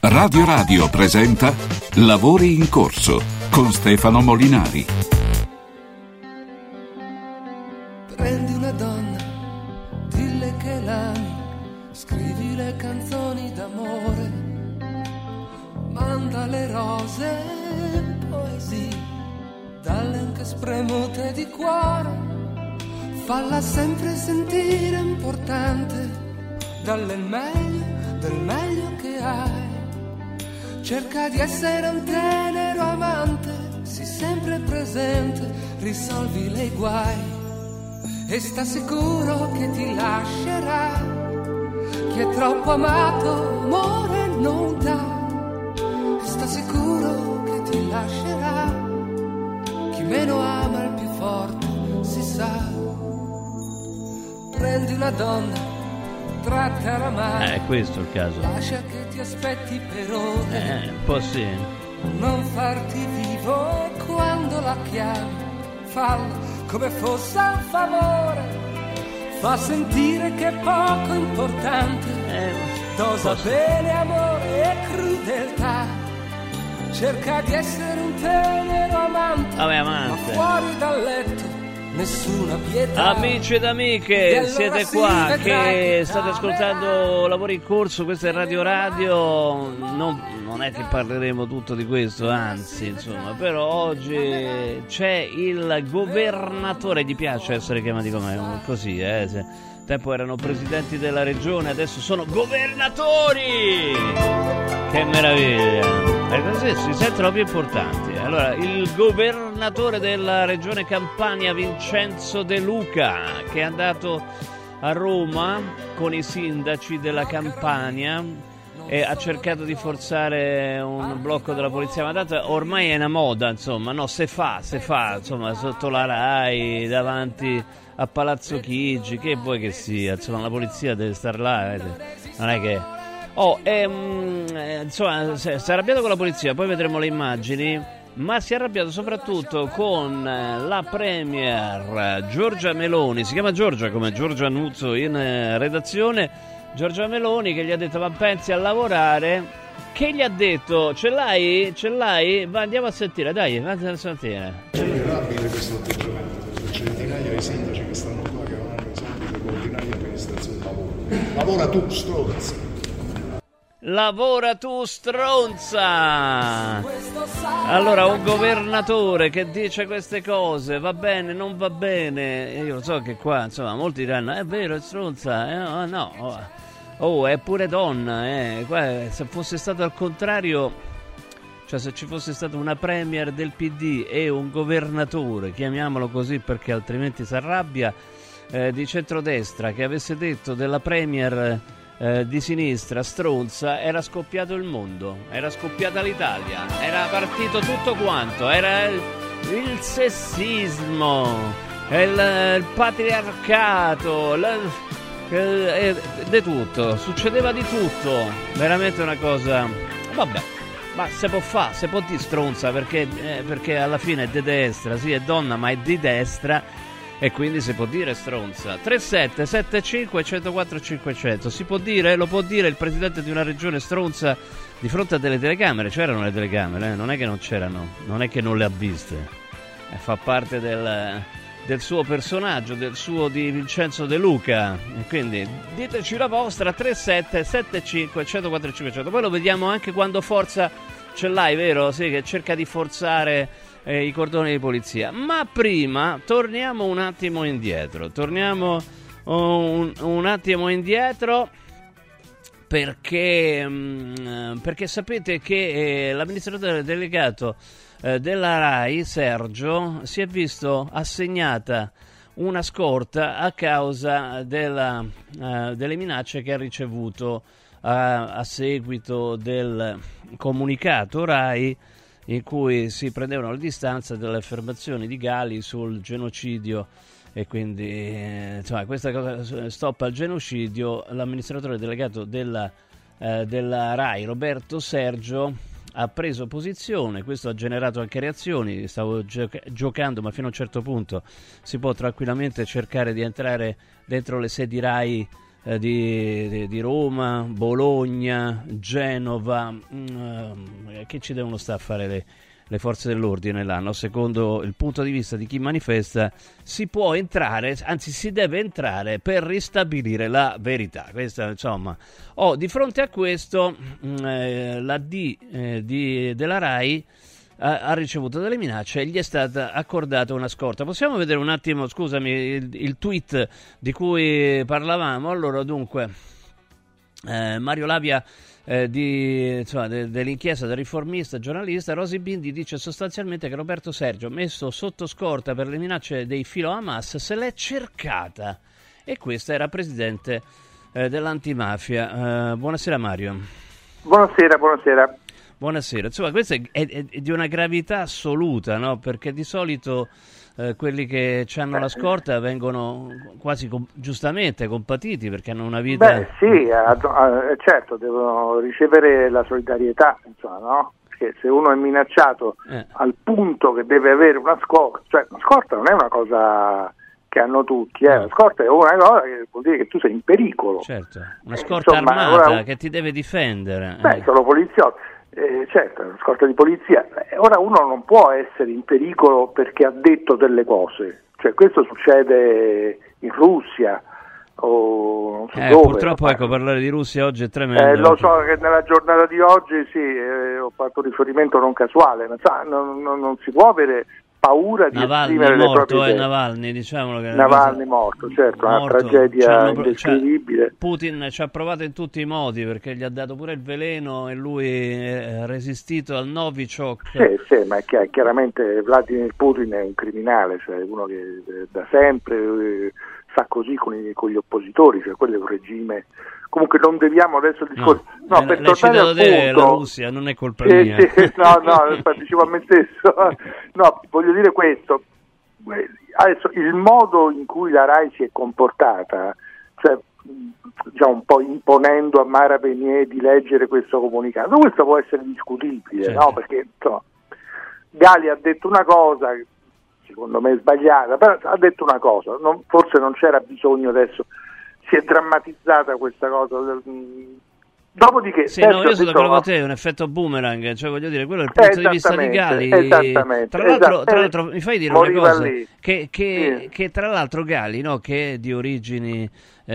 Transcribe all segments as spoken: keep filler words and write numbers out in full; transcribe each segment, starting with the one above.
Radio Radio presenta Lavori in corso con Stefano Molinari. Prendi una donna, dille che l'ami, scrivi le canzoni d'amore, manda le rose, poesie, dalle anche spremute di cuore, falla sempre sentire importante, dalle il meglio, del meglio che hai. Cerca di essere un tenero amante, sii sempre presente, risolvi i guai. E sta sicuro che ti lascerà, chi è troppo amato amore non dà. E sta sicuro che ti lascerà, chi meno ama il più forte si sa. Prendi una donna, trattala male, Eh, questo è il caso. lascia che ti aspetti per ore, Eh, un po' sì. non farti vivo quando la chiami, fallo come fosse un favore, fa sentire che è poco importante, Eh, dosa posso- bene amore e crudeltà, cerca di essere un tenero amante, Vabbè, ma amante. fuori dal letto nessuna pietà. Amici ed E amiche, allora siete si qua vedrà che che state amerà. ascoltando Lavori in corso, questo è Radio Radio. Non, non è che parleremo tutto di questo, anzi, insomma, però oggi c'è il governatore, gli piace essere chiamati come così, eh? Se, un tempo erano presidenti della regione, adesso sono governatori! Che meraviglia! E così si sentono più importanti. Allora, il governatore della regione Campania, Vincenzo De Luca, che è andato a Roma con i sindaci della Campania e ha cercato di forzare un blocco della polizia, ma tanto ormai è una moda, insomma, no, se fa, se fa, insomma, sotto la Rai, davanti a Palazzo Chigi, che vuoi che sia, insomma, la polizia deve star là, eh, non è che... Oh, ehm, eh, insomma, si è arrabbiato con la polizia, poi vedremo le immagini, ma si è arrabbiato soprattutto con eh, la premier Giorgia Meloni, si chiama Giorgia come Giorgia Nuzzo in eh, redazione, Giorgia Meloni, che gli ha detto ma pensi a lavorare, che gli ha detto ce l'hai? Ce l'hai? Va, andiamo a sentire, dai, andiamo a sentire. È irrabile questo atteggiamento, perché centinaia di sindaci che stanno qua, che avranno esempio di ordinaria amministrazione del lavoro. Lavora tu, stronzo! Lavora tu, stronza! Allora, un governatore che dice queste cose, va bene, non va bene, io lo so che qua, insomma, molti diranno, è vero, è stronza, eh, no, no, oh, è pure donna, eh. Qua, se fosse stato al contrario, cioè se ci fosse stata una premier del P D e un governatore, chiamiamolo così perché altrimenti si arrabbia, eh, di centrodestra, che avesse detto della premier... Eh, di sinistra, stronza, era scoppiato il mondo, era scoppiata l'Italia, era partito tutto quanto, era il, il sessismo, il, il patriarcato, il, il, di tutto, succedeva di tutto, veramente una cosa, vabbè, ma se può fare, se può dire stronza, perché, eh, perché alla fine è di destra, sì è donna ma è di destra, e quindi si può dire stronza. Tre sette sette cinque uno zero quattro cinquecento, si può dire, lo può dire il presidente di una regione stronza di fronte a delle telecamere? C'erano le telecamere, eh? Non è che non c'erano, non è che non le ha viste, eh, fa parte del, del suo personaggio, del suo di Vincenzo De Luca, e quindi diteci la vostra. Tre sette sette cinque uno zero quattro cinquecento. Poi lo vediamo anche quando forza ce l'hai, vero? Sì, che cerca di forzare eh, i cordoni di polizia. Ma prima torniamo un attimo indietro. Torniamo un, un attimo indietro perché, mh, perché sapete che eh, l'amministratore delegato eh, della Rai, Sergio, si è visto assegnata una scorta a causa della, uh, delle minacce che ha ricevuto a, a seguito del comunicato Rai in cui si prendevano le distanze dalle affermazioni di Gali sul genocidio, e quindi eh, insomma, questa cosa, stop al genocidio. L'amministratore delegato della, eh, della Rai, Roberto Sergio, ha preso posizione. Questo ha generato anche reazioni. Stavo gioc- giocando ma fino a un certo punto si può tranquillamente cercare di entrare dentro le sedi Rai eh, di, di, di Roma, Bologna, Genova, mh, che ci devono stare a fare le, le forze dell'ordine là, no? Secondo il punto di vista di chi manifesta si può entrare, anzi si deve entrare per ristabilire la verità. Questa, insomma, oh, di fronte a questo mh, eh, la D eh, di, della RAI ha, ha ricevuto delle minacce e gli è stata accordata una scorta. Possiamo vedere un attimo, scusami, il, il tweet di cui parlavamo? Allora, dunque, eh, Mario Lavia, Eh, di, insomma, de, dell'inchiesta del Riformista, giornalista, Rosy Bindi dice sostanzialmente che Roberto Sergio, messo sotto scorta per le minacce dei filo Hamas, se l'è cercata, e questa era presidente eh, dell'antimafia. Eh, buonasera Mario. Buonasera, buonasera. Buonasera, insomma questa è, è, è di una gravità assoluta, no? Perché di solito eh, quelli che hanno la scorta vengono quasi com- giustamente compatiti perché hanno una vita... Beh sì, a, a, certo, devono ricevere la solidarietà, insomma, no? Perché se uno è minacciato eh. al punto che deve avere una scorta, cioè una scorta non è una cosa che hanno tutti, eh. La scorta è una cosa che vuol dire che tu sei in pericolo. Certo, una scorta Insomma, armata ora, che ti deve difendere. Beh, eh. sono poliziotti. Eh, certo, una scorta di polizia. Ora uno non può essere in pericolo perché ha detto delle cose, cioè questo succede in Russia o non so eh, dove. Purtroppo ecco, parlare di Russia oggi è tremendo. Eh, lo so che nella giornata di oggi sì, eh, ho fatto riferimento non casuale, ma sa, non, non, non si può avere paura di Navalny esprimere le morto, proprie è idee. Navalny, diciamolo che Navalny morto, certo, morto, una tragedia indescrivibile. Putin ci ha provato in tutti i modi perché gli ha dato pure il veleno e lui ha resistito al Novichok. Sì, sì, ma è chiaramente Vladimir Putin è un criminale, cioè uno che da sempre eh, fa così con, i, con gli oppositori, cioè quello è un regime. Comunque non deviamo adesso il discorso. No, no, per tornare al punto, la Russia, non è colpa eh, mia. Sì, no, no, dicevo a me stesso. No, voglio dire questo. Adesso il modo in cui la RAI si è comportata, cioè già un po' imponendo a Mara Venier di leggere questo comunicato, questo può essere discutibile, certo. No? Perché insomma, Gali ha detto una cosa, secondo me sbagliata, però ha detto una cosa, non, forse non c'era bisogno adesso. Si è drammatizzata questa cosa. Dopodiché, sì, no, io sono d'accordo con te, è un effetto boomerang, cioè voglio dire, quello è il punto di vista di Gali. Esattamente. Tra l'altro, esatto, tra l'altro mi fai dire una cosa, che, che, sì. che tra l'altro Gali, no, che è di origini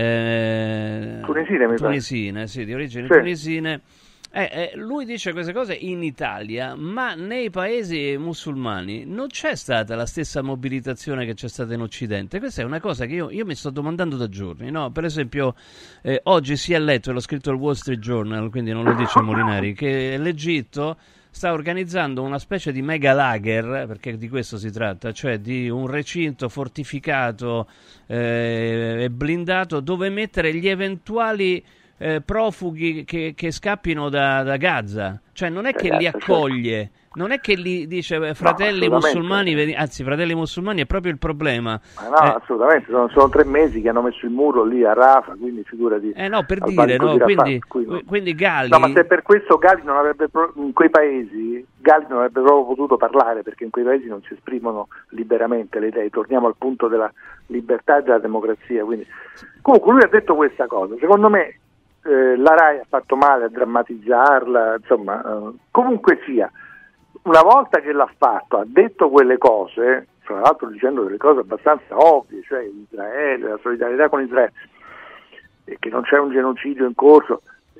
eh, tunisine, mi tunisine, sì, di origini sì. tunisine. Eh, eh, lui dice queste cose in Italia, ma nei paesi musulmani non c'è stata la stessa mobilitazione che c'è stata in Occidente. Questa è una cosa che io, io mi sto domandando da giorni, no? Per esempio, eh, oggi si è letto, e l'ho scritto al Wall Street Journal, quindi non lo dice Molinari, che l'Egitto sta organizzando una specie di mega lager, perché di questo si tratta, cioè di un recinto fortificato eh, e blindato dove mettere gli eventuali Eh, profughi che, che scappino da, da Gaza, cioè non è che li accoglie, non è che li dice fratelli no, musulmani, anzi fratelli musulmani è proprio il problema. Ma no, eh, assolutamente, sono, sono tre mesi che hanno messo il muro lì a Rafah, quindi figurati. Eh no, per dire, no, quindi, quindi, quindi Gali... No, ma se per questo Gali non avrebbe, in quei paesi, Gali non avrebbe proprio potuto parlare, perché in quei paesi non si esprimono liberamente le idee, torniamo al punto della libertà e della democrazia, quindi... Comunque lui ha detto questa cosa, secondo me Eh, la RAI ha fatto male a drammatizzarla, insomma, eh, comunque sia, una volta che l'ha fatto, ha detto quelle cose, tra l'altro dicendo delle cose abbastanza ovvie, cioè Israele, la solidarietà con Israele, e che non c'è un genocidio in corso,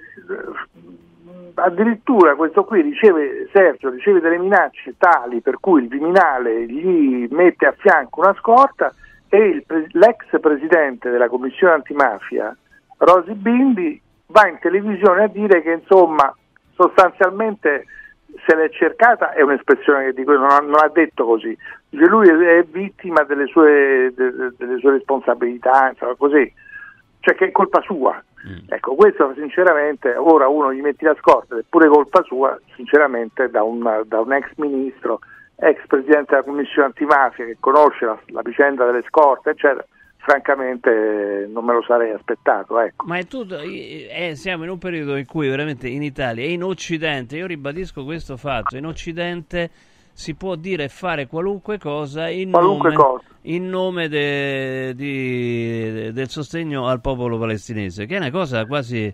eh, addirittura questo qui riceve, Sergio riceve delle minacce tali per cui il Viminale gli mette a fianco una scorta e il, l'ex presidente della commissione antimafia, Rosy Bindi, va in televisione a dire che insomma sostanzialmente se l'è cercata, è un'espressione che dico, non ha, non ha detto così, dice lui è vittima delle sue, de, delle sue responsabilità, insomma, così, cioè che è colpa sua. Mm. Ecco, questo sinceramente, ora uno gli metti la scorta, è pure colpa sua, sinceramente da un, da un ex ministro, ex presidente della commissione antimafia che conosce la, la vicenda delle scorte, eccetera, francamente non me lo sarei aspettato, ecco. Ma è tutto, eh, siamo in un periodo in cui veramente in Italia e in Occidente, io ribadisco questo fatto, in Occidente si può dire e fare qualunque cosa in qualunque nome, cosa. in nome de, di, del sostegno al popolo palestinese, che è una cosa quasi...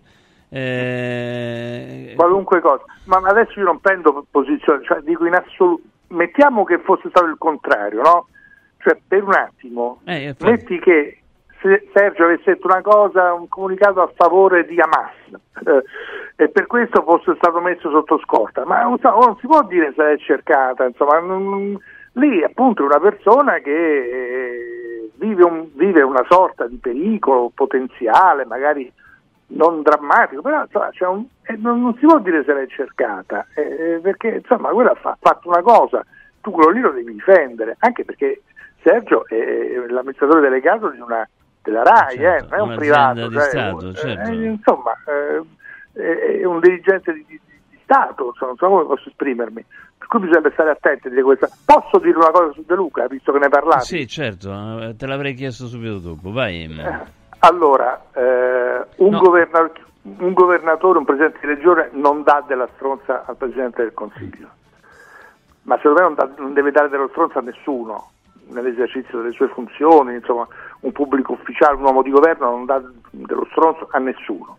Eh... qualunque cosa. Ma adesso io non prendo posizione, cioè dico in assoluto, mettiamo che fosse stato il contrario, no? Cioè per un attimo, eh, metti che se Sergio avesse detto una cosa, un comunicato a favore di Hamas, eh, e per questo fosse stato messo sotto scorta, ma non, so, non si può dire se è cercata, insomma, non, lì appunto è una persona che eh, vive, un, vive una sorta di pericolo potenziale, magari non drammatico, però insomma, c'è un, eh, non, non si può dire se l'è cercata, eh, perché insomma quella ha fa, fatto una cosa, tu quello lì lo devi difendere, anche perché Sergio è l'amministratore delegato di una della RAI, certo, eh, non è un privato, di cioè, Stato, certo. eh, insomma eh, è un dirigente di, di, di Stato, insomma, non so come posso esprimermi, per cui bisogna stare attenti a dire questa. Posso dire una cosa su De Luca, visto che ne parlavi? Sì, certo, te l'avrei chiesto subito dopo, vai. Eh, allora, eh, un, no. governa- un governatore, un presidente di regione non dà della stronza al Presidente del Consiglio, ma secondo me non, da, non deve dare dello stronzo a nessuno nell'esercizio delle sue funzioni, insomma un pubblico ufficiale, un uomo di governo non dà dello stronzo a nessuno.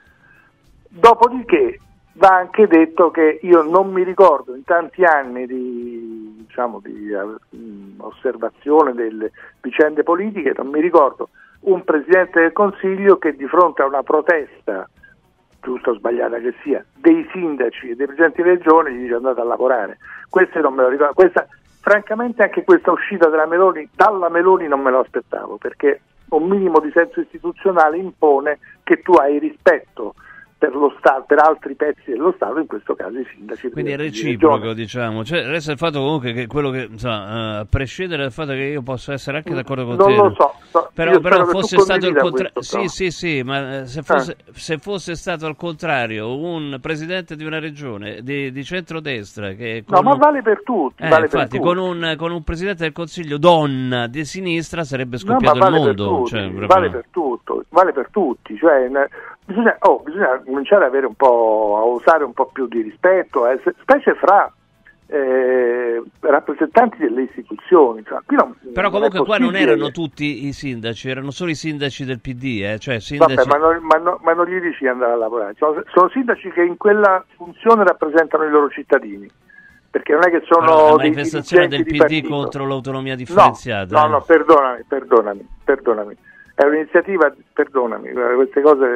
Dopodiché va anche detto che io non mi ricordo in tanti anni di, diciamo, di uh, osservazione delle vicende politiche, non mi ricordo un Presidente del Consiglio che di fronte a una protesta, giusta o sbagliata che sia, dei sindaci e dei presidenti di regione gli dice andate a lavorare. Questo non me lo ricordo. Questa, francamente anche questa uscita della Meloni, dalla Meloni non me lo aspettavo, perché un minimo di senso istituzionale impone che tu hai rispetto per lo Stato, per altri pezzi dello Stato, in questo caso i sindaci. Quindi è reciproco, diciamo. Cioè, resta il fatto comunque che quello che, insomma, uh, a prescindere dal fatto che io posso essere anche d'accordo con non te. Non lo so. so però però fosse stato il contrario. Sì, però. sì, sì, ma se fosse, eh. se fosse stato al contrario un presidente di una regione di, di centrodestra che no, con ma un... vale per tutti. Eh, vale infatti, per con tutti. un, con un presidente del Consiglio donna di sinistra sarebbe scoppiato no, vale il mondo. Per tutti, cioè, proprio... Vale per tutto, vale per tutti. Cioè, bisogna, oh, bisogna cominciare ad avere un po', a usare un po' più di rispetto, eh, specie fra eh, rappresentanti delle istituzioni. Cioè, qui non, però comunque non qua non che... erano tutti i sindaci, erano solo i sindaci del P D, eh? Cioè sindaci... Vabbè, ma, non, ma, no, ma non gli dici di andare a lavorare, sono, sono sindaci che in quella funzione rappresentano i loro cittadini, perché non è che sono allora, la dei manifestazione del P D contro l'autonomia differenziata. No, eh? no, no, perdonami, perdonami, perdonami. È un'iniziativa, perdonami, queste cose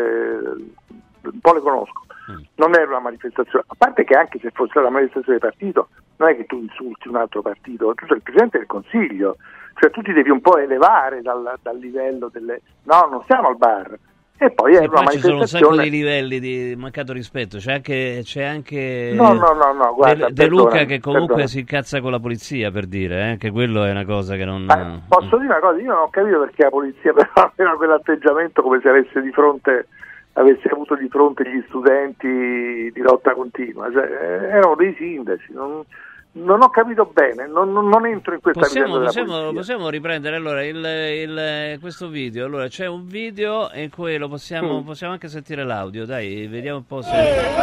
un po' le conosco. Mm. Non era una manifestazione, a parte che anche se fosse una manifestazione di partito, non è che tu insulti un altro partito, tu sei il Presidente del Consiglio, cioè tu ti devi un po' elevare dal, dal livello delle... No, non siamo al bar. E poi è sì, una poi ci sono un manifestazione... sacco di livelli di mancato rispetto, c'è anche, c'è anche no, no, no, no, guarda, De, De Luca che comunque perdonami. si incazza con la polizia, per dire, eh? Che quello è una cosa che non... Ma posso dire una cosa, io non ho capito perché la polizia però aveva quell'atteggiamento come se avesse di fronte avesse avuto di fronte gli studenti di lotta continua, cioè, erano dei sindaci, non, non ho capito bene, non, non entro in questa possiamo, vicenda possiamo, della polizia. possiamo riprendere allora il, il, questo video, allora c'è un video in cui lo possiamo, mm. possiamo anche sentire l'audio, dai, vediamo un po' se...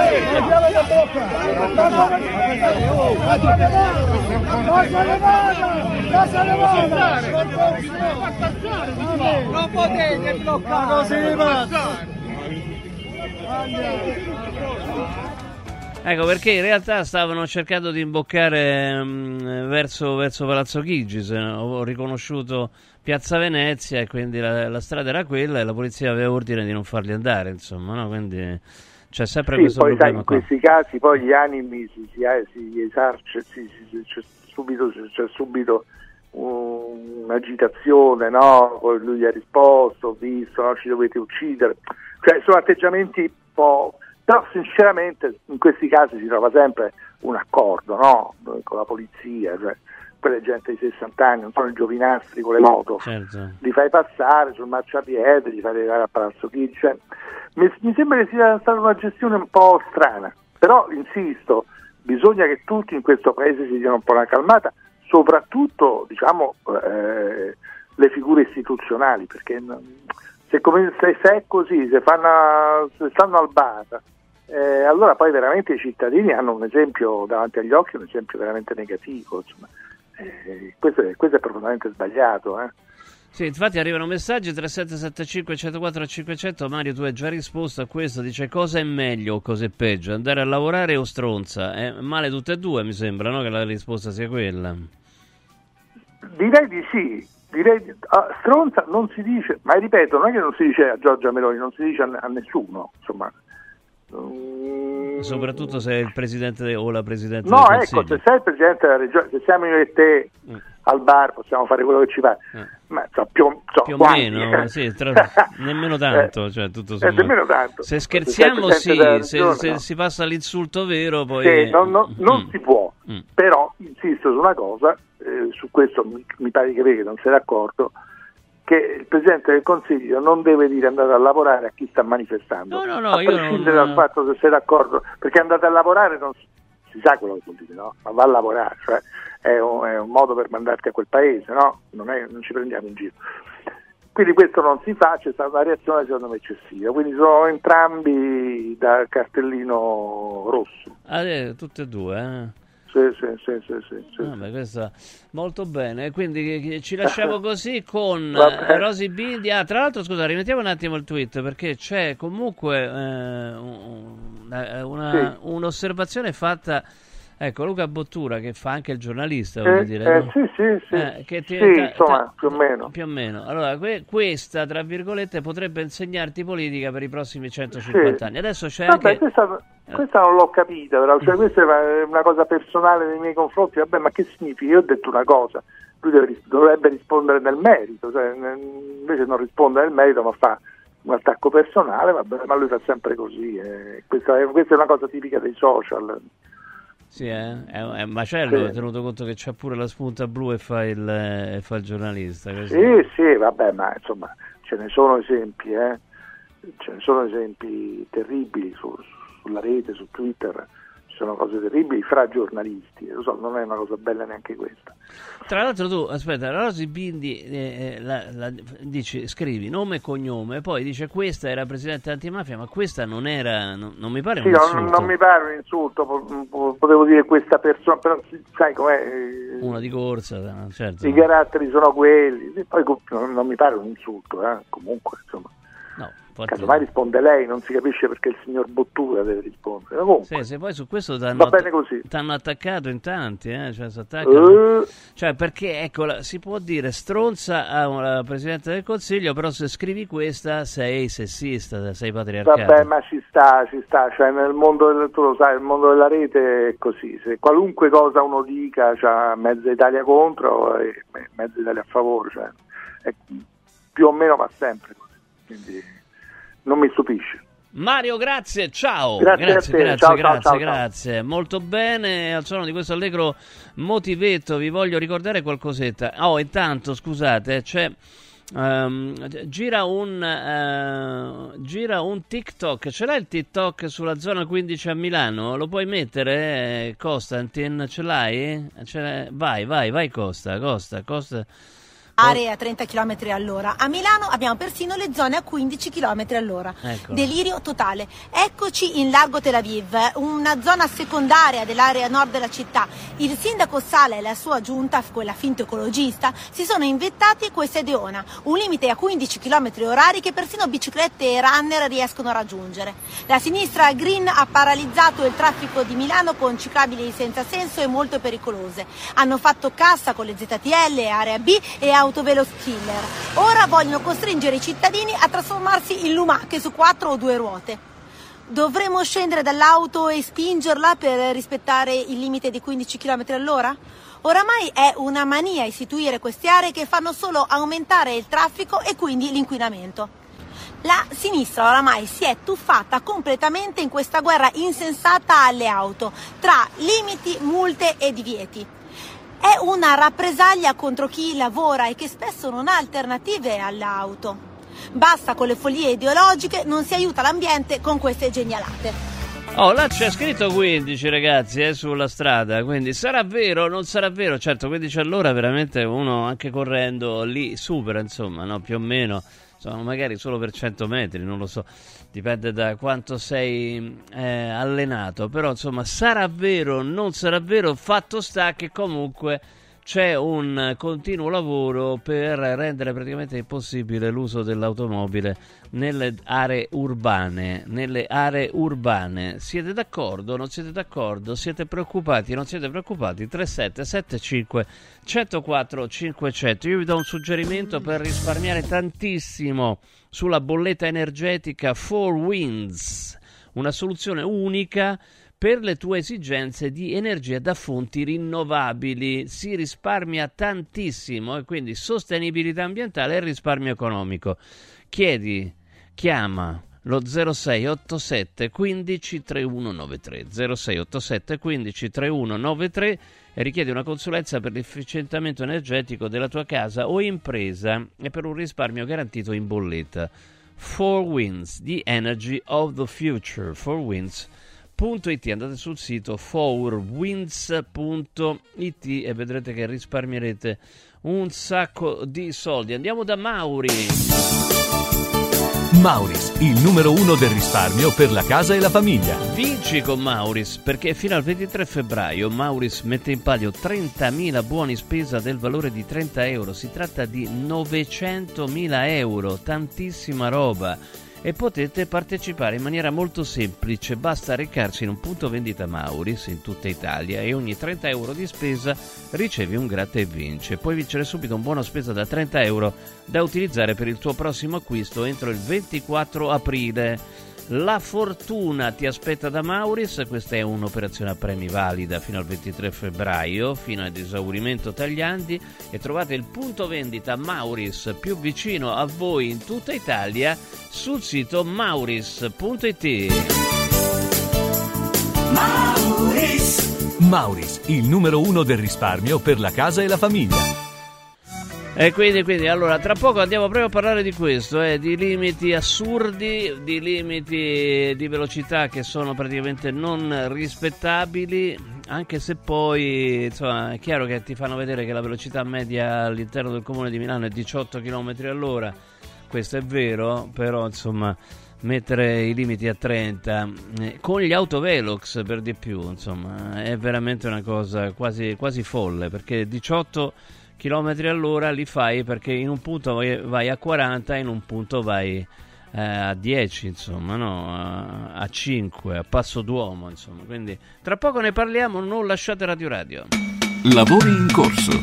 Non potete bloccare, non si passa. Ecco, perché in realtà stavano cercando di imboccare mh, verso, verso Palazzo Chigi, se ho riconosciuto Piazza Venezia e quindi la, la strada era quella e la polizia aveva ordine di non farli andare, insomma, no? Quindi c'è sempre sì, questo poi problema sai, in qua. questi casi poi gli animi si, si, si esarce, si, si, c'è subito, c'è subito un'agitazione, no? Poi lui gli ha risposto, ho visto, no? Ci dovete uccidere, cioè sono atteggiamenti un po', però sinceramente in questi casi si trova sempre un accordo, no? Con la polizia, cioè quelle gente di sessanta anni, non sono i giovinastri con le moto, certo. Li fai passare sul marciapiede, li fai arrivare a Palazzo Chigi, cioè, mi, mi sembra che sia stata una gestione un po' strana, però insisto, bisogna che tutti in questo paese si diano un po' una calmata, soprattutto diciamo eh, le figure istituzionali, perché se, come, se, se è così, se, fanno, se stanno al bar eh, allora poi veramente i cittadini hanno un esempio davanti agli occhi, un esempio veramente negativo, insomma. Eh, questo, è, questo è profondamente sbagliato, eh. Sì, infatti arrivano messaggi tre sette sette cinque uno zero quattro cinquecento. Mario, tu hai già risposto a questo, dice cosa è meglio o cosa è peggio, andare a lavorare o stronza? È male tutte e due, mi sembra, no? Che la risposta sia quella. Direi di sì, direi di, ah, stronza non si dice, ma ripeto, non è che non si dice a Giorgia Meloni, non si dice a, a nessuno, insomma. Mm. Soprattutto se è il presidente de, o la presidente no, del ecco, Consiglio. se sei il presidente della regione, se siamo io e te mm. al bar possiamo fare quello che ci pare, eh. ma so, più, so, più o quanti? meno, sì, tra, nemmeno tanto, cioè, tutto eh, nemmeno tanto. Se scherziamo se sì, regione, se, se no. si passa all'insulto vero poi... Sì, non, non, non mm. si può, mm. però insisto su una cosa, eh, su questo mi, mi pare che vedi che non sei d'accordo, che il Presidente del Consiglio non deve dire andate a lavorare a chi sta manifestando, no, no, no, a prescindere non... dal fatto se sei d'accordo, perché andate a lavorare non si, si sa quello che vuol dire, no? Ma va a lavorare, cioè è un, è un modo per mandarti a quel paese, no? Non, è, non ci prendiamo in giro. Quindi questo non si fa, c'è stata una reazione secondo me eccessiva, quindi sono entrambi da cartellino rosso. Ah, eh, tutte e due, eh? Sì, sì, sì, sì, sì, sì. Ah, beh, questa molto bene, quindi ci lasciamo così con Rosy Bindi. Ah, tra l'altro, scusa, rimettiamo un attimo il tweet perché c'è comunque eh, una, una, sì. un'osservazione fatta, ecco, Luca Bottura che fa anche il giornalista, voglio eh, dire, eh, no? sì, sì, sì, eh, che ti, sì ta, insomma, ta, più o meno. Più o meno. Allora, que, questa, tra virgolette, potrebbe insegnarti politica per i prossimi centocinquanta sì. anni. Adesso c'è Vabbè, anche... Questa, questa non l'ho capita, però, cioè, questa è una cosa personale nei miei confronti, vabbè, ma che significa? Io ho detto una cosa, lui deve, dovrebbe rispondere nel merito, cioè, invece non risponde nel merito, ma fa un attacco personale, vabbè, ma lui fa sempre così. Eh. Questa, è, questa è una cosa tipica dei social. Sì, eh? è, è un macello, sì. tenuto conto che c'ha pure la spunta blu e fa il, e fa il giornalista. Così. Sì, sì, vabbè, ma insomma ce ne sono esempi, eh? Ce ne sono esempi terribili su, sulla rete, su Twitter, ci sono cose terribili fra giornalisti, lo so, non è una cosa bella neanche questa. Tra l'altro tu, aspetta, Rosy Bindi eh, la, la, dici, scrivi nome e cognome, poi dice questa era presidente antimafia, ma questa non era, non, non mi pare sì, un insulto. Non, non mi pare un insulto, potevo dire questa persona, però sai com'è? Una di corsa, certo. I caratteri sono quelli, poi non mi pare un insulto, eh? Comunque, insomma. No. Casomai risponde lei, non si capisce perché il signor Bottura deve rispondere. Comunque, sì, se poi su questo t'hanno, va bene così. T'hanno attaccato in tanti, eh? Cioè, si attaccano. Uh, cioè, perché ecco, si può dire stronza a una Presidente del Consiglio, però se scrivi questa sei sessista, sei patriarcato. Vabbè, ma ci sta, ci sta, cioè nel mondo del, tu lo sai, il mondo della rete è così, se qualunque cosa uno dica c'ha mezza Italia contro e mezza Italia a favore, cioè è, più o meno va sempre così, quindi non mi stupisce. Mario, grazie, ciao. Grazie, grazie, a te. grazie, ciao, grazie, ciao, grazie. Ciao. Molto bene, al suono di questo allegro motivetto vi voglio ricordare qualcosetta. Oh, intanto, scusate, c'è um, gira un uh, gira un TikTok. Ce l'hai il TikTok sulla zona quindici a Milano? Lo puoi mettere, Costantin? Ce l'hai? Ce l'hai? Vai, vai, vai, Costa, Costa, Costa. Aree a trenta chilometri all'ora. A Milano abbiamo persino le zone a quindici chilometri all'ora. Ecco. Delirio totale. Eccoci in largo Tel Aviv, una zona secondaria dell'area nord della città. Il sindaco Sala e la sua giunta, quella finto ecologista, si sono inventati questa ideona, un limite a quindici chilometri orari che persino biciclette e runner riescono a raggiungere. La sinistra Green ha paralizzato il traffico di Milano con ciclabili senza senso e molto pericolose. Hanno fatto cassa con le Z T L, Area B e autovelox killer. Ora vogliono costringere i cittadini a trasformarsi in lumache su quattro o due ruote. Dovremo scendere dall'auto e spingerla per rispettare il limite di quindici chilometri all'ora? Oramai è una mania istituire queste aree che fanno solo aumentare il traffico e quindi l'inquinamento. La sinistra oramai si è tuffata completamente in questa guerra insensata alle auto, tra limiti, multe e divieti. È una rappresaglia contro chi lavora e che spesso non ha alternative all'auto. Basta con le follie ideologiche, non si aiuta l'ambiente con queste genialate. Oh, là c'è scritto quindici ragazzi, eh, sulla strada, quindi sarà vero o non sarà vero? Certo, quindici all'ora veramente uno anche correndo lì supera, insomma, no, più o meno. insomma, magari solo per cento metri, non lo so, dipende da quanto sei eh, allenato, però insomma sarà vero, non sarà vero, fatto sta che comunque c'è un continuo lavoro per rendere praticamente impossibile l'uso dell'automobile nelle aree urbane. Nelle aree urbane. Siete d'accordo? Non siete d'accordo? Siete preoccupati? Non siete preoccupati? tre sette sette cinque uno zero quattro cinquecento. Io vi do un suggerimento per risparmiare tantissimo sulla bolletta energetica. Four Winds, una soluzione unica per le tue esigenze di energia da fonti rinnovabili. Si risparmia tantissimo e quindi sostenibilità ambientale e risparmio economico. Chiedi, chiama lo zero sei otto sette uno cinque tre uno nove tre zero sei otto sette uno cinque tre uno nove tre e richiedi una consulenza per l'efficientamento energetico della tua casa o impresa e per un risparmio garantito in bolletta. Four Winds, the energy of the future. Four Winds punto it. Andate sul sito four winds punto it e vedrete che risparmierete un sacco di soldi. Andiamo da Mauri. Mauris, il numero uno del risparmio per la casa e la famiglia. Vinci con Mauris, perché fino al ventitré febbraio Mauris mette in palio trentamila buoni spesa del valore di trenta euro. Si tratta di novecentomila euro, tantissima roba. E potete partecipare in maniera molto semplice, basta recarsi in un punto vendita Mauris in tutta Italia e ogni trenta euro di spesa ricevi un gratta e vince. Puoi vincere subito un buono spesa da trenta euro da utilizzare per il tuo prossimo acquisto entro il ventiquattro aprile. La fortuna ti aspetta da Mauris, questa è un'operazione a premi valida fino al ventitré febbraio, fino ad esaurimento tagliandi, e trovate il punto vendita Mauris più vicino a voi in tutta Italia sul sito mauris punto it. Mauris! Mauris, il numero uno del risparmio per la casa e la famiglia. E quindi, quindi, allora, tra poco andiamo proprio a parlare di questo, eh, di limiti assurdi, di limiti di velocità che sono praticamente non rispettabili, anche se poi, insomma, è chiaro che ti fanno vedere che la velocità media all'interno del comune di Milano è diciotto chilometri all'ora, questo è vero, però, insomma, mettere i limiti a trenta, eh, con gli autovelox per di più, insomma, è veramente una cosa quasi, quasi folle, perché diciotto chilometri all'ora li fai perché in un punto vai, vai a quaranta, in un punto vai eh, a dieci, insomma, no, a, a cinque, a passo d'uomo, insomma. Quindi tra poco ne parliamo, non lasciate Radio Radio. Lavori in corso.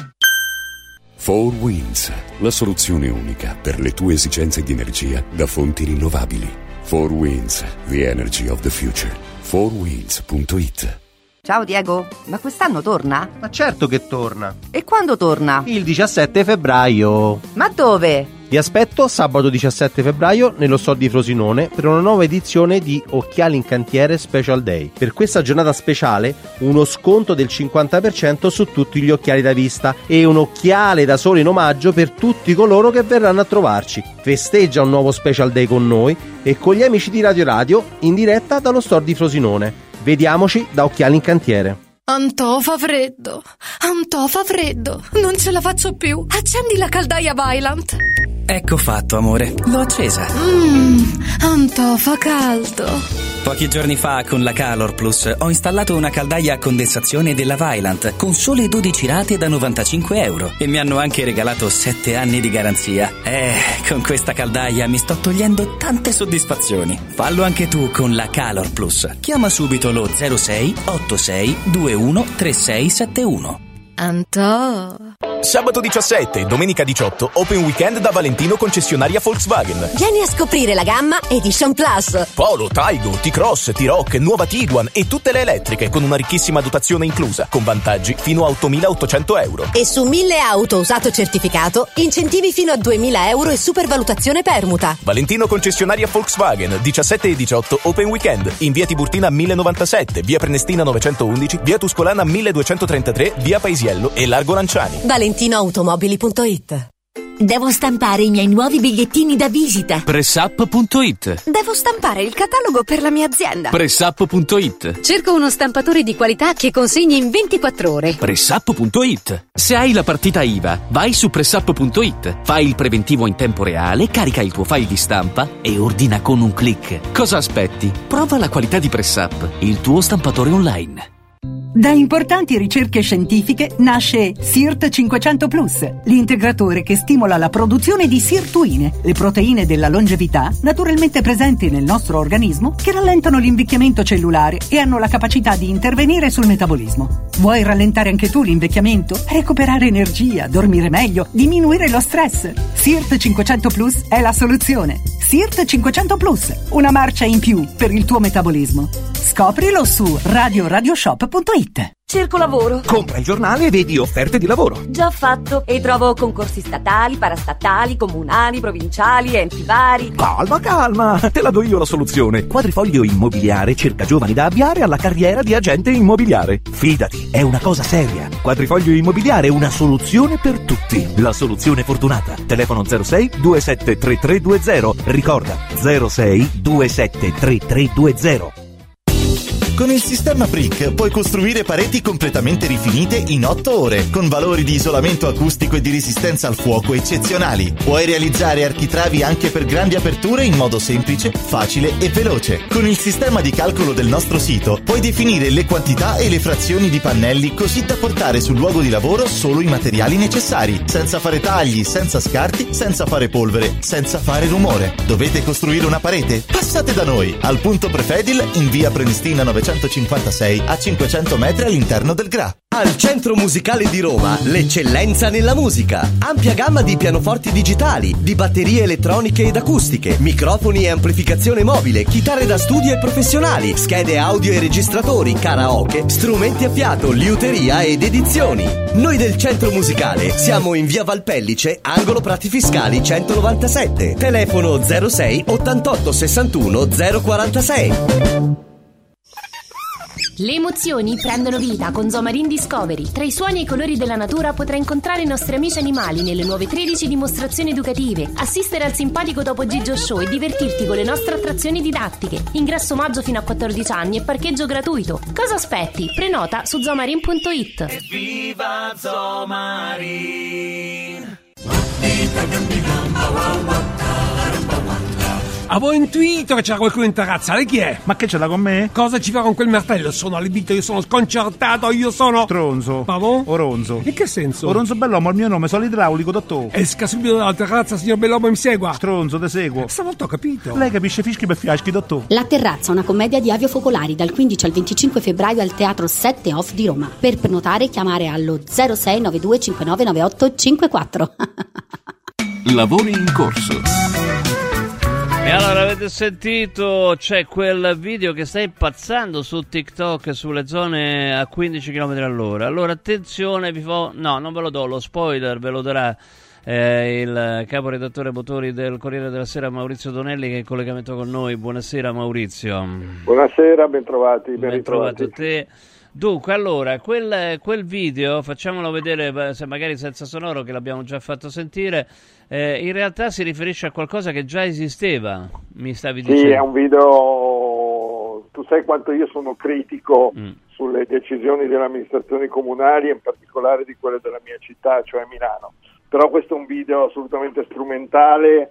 Four Winds, la soluzione unica per le tue esigenze di energia da fonti rinnovabili. Four Winds, the energy of the future. four winds punto it. Ciao Diego, ma quest'anno torna? Ma certo che torna. E quando torna? Il diciassette febbraio. Ma dove? Vi aspetto sabato diciassette febbraio nello store di Frosinone per una nuova edizione di Occhiali in Cantiere Special Day. Per questa giornata speciale uno sconto del cinquanta per cento su tutti gli occhiali da vista e un occhiale da sole in omaggio per tutti coloro che verranno a trovarci. Festeggia un nuovo Special Day con noi e con gli amici di Radio Radio in diretta dallo store di Frosinone. Vediamoci da Occhiali in Cantiere. Antò fa freddo, Antò fa freddo, non ce la faccio più. Accendi la caldaia Vaillant. Ecco fatto, amore, l'ho accesa. Mmm, Antò fa caldo. Pochi giorni fa con la Calor Plus ho installato una caldaia a condensazione della Vaillant con sole dodici rate da novantacinque euro e mi hanno anche regalato sette anni di garanzia. Eh, con questa caldaia mi sto togliendo tante soddisfazioni. Fallo anche tu con la Calor Plus. Chiama subito lo zero sei otto sei due uno tre sei sette uno. Antò. Sabato diciassette e domenica diciotto Open Weekend da Valentino concessionaria Volkswagen. Vieni a scoprire la gamma Edition Plus. Polo, Taigo, T-Cross, T-Roc, nuova Tiguan e tutte le elettriche con una ricchissima dotazione inclusa, con vantaggi fino a ottomilaottocento euro. E su mille auto usato certificato, incentivi fino a duemila euro e supervalutazione permuta. Valentino concessionaria Volkswagen, diciassette e diciotto Open Weekend, in via Tiburtina millenovantasette, via Prenestina novecentoundici, via Tuscolana milleduecentotrentatré, via Paisiello e Largo Lanciani. valentino automobili punto it. Devo stampare i miei nuovi bigliettini da visita. Pressup punto it. Devo stampare il catalogo per la mia azienda. Pressup punto it. Cerco uno stampatore di qualità che consegni in ventiquattro ore. Pressup punto it. Se hai la partita I V A, vai su Pressup punto it. Fai il preventivo in tempo reale, carica il tuo file di stampa e ordina con un click. Cosa aspetti? Prova la qualità di Pressup, il tuo stampatore online. Da importanti ricerche scientifiche nasce SIRT cinquecento plus, l'integratore che stimola la produzione di sirtuine, le proteine della longevità naturalmente presenti nel nostro organismo che rallentano l'invecchiamento cellulare e hanno la capacità di intervenire sul metabolismo. Vuoi rallentare anche tu l'invecchiamento? Recuperare energia, dormire meglio, diminuire lo stress? SIRT cinquecento plus è la soluzione. SIRT cinquecento plus, una marcia in più per il tuo metabolismo. Scoprilo su radio radioshop punto it. Cerco lavoro. Compra il giornale e vedi offerte di lavoro. Già fatto. E trovo concorsi statali, parastatali, comunali, provinciali, enti vari. Calma, calma. Te la do io la soluzione. Quadrifoglio Immobiliare cerca giovani da avviare alla carriera di agente immobiliare. Fidati, è una cosa seria. Quadrifoglio Immobiliare è una soluzione per tutti. La soluzione fortunata. Telefono zero sei due sette tre tre due zero. Ricorda, zero sei due sette tre tre due zero. Con il sistema Brick puoi costruire pareti completamente rifinite in otto ore, con valori di isolamento acustico e di resistenza al fuoco eccezionali. Puoi realizzare architravi anche per grandi aperture in modo semplice, facile e veloce. Con il sistema di calcolo del nostro sito puoi definire le quantità e le frazioni di pannelli così da portare sul luogo di lavoro solo i materiali necessari, senza fare tagli, senza scarti, senza fare polvere, senza fare rumore. Dovete costruire una parete? Passate da noi, al punto Prefedil in via Prenestina novecentocinquantasei a cinquecento metri all'interno del Gra. Al Centro Musicale di Roma, l'eccellenza nella musica. Ampia gamma di pianoforti digitali, di batterie elettroniche ed acustiche, microfoni e amplificazione mobile, chitarre da studio e professionali, schede audio e registratori, karaoke, strumenti a fiato, liuteria ed edizioni. Noi del Centro Musicale siamo in via Valpellice, angolo Prati Fiscali centonovantasette. Telefono zero sei ottantotto sessantuno zero quarantasei. Le emozioni prendono vita con Zomarin Discovery. Tra i suoni e i colori della natura potrai incontrare i nostri amici animali nelle nuove tredici dimostrazioni educative, assistere al simpatico Topo Gigio Show e divertirti con le nostre attrazioni didattiche. Ingresso omaggio fino a quattordici anni e parcheggio gratuito. Cosa aspetti? Prenota su zomarin punto it. Viva Zomarin! Avevo intuito che c'era qualcuno in terrazza, lei chi è? Ma che ce l'ha con me? Cosa ci fa con quel martello? Sono allibito, io sono sconcertato, io sono... Tronzo. Pardon? Oronzo. In che senso? Oronzo Bellomo, il mio nome, sono l'idraulico, dottore. Esca subito dalla terrazza, signor Bellomo, mi segua. Stronzo, te seguo. Stavolta ho capito. Lei capisce fischi per fiaschi, dottore. La Terrazza, una commedia di Avio Focolari, dal quindici al venticinque febbraio al Teatro sette Off di Roma. Per prenotare chiamare allo zero sei nove due cinque nove nove otto cinque quattro. Lavori in corso. E allora avete sentito, c'è quel video che sta impazzando su TikTok sulle zone a quindici chilometri all'ora. Allora attenzione, vi fo... no, non ve lo do, lo spoiler ve lo darà eh, il caporedattore motori del Corriere della Sera Maurizio Donelli, che è in collegamento con noi. Buonasera Maurizio. Buonasera, ben trovati. Ben, ben trovato te. Dunque, allora, quel, quel video, facciamolo vedere, se magari senza sonoro, che l'abbiamo già fatto sentire, eh, in realtà si riferisce a qualcosa che già esisteva, mi stavi dicendo. Sì, è un video, tu sai quanto io sono critico mm. sulle decisioni delle amministrazioni comunali, in particolare di quelle della mia città, cioè Milano, però questo è un video assolutamente strumentale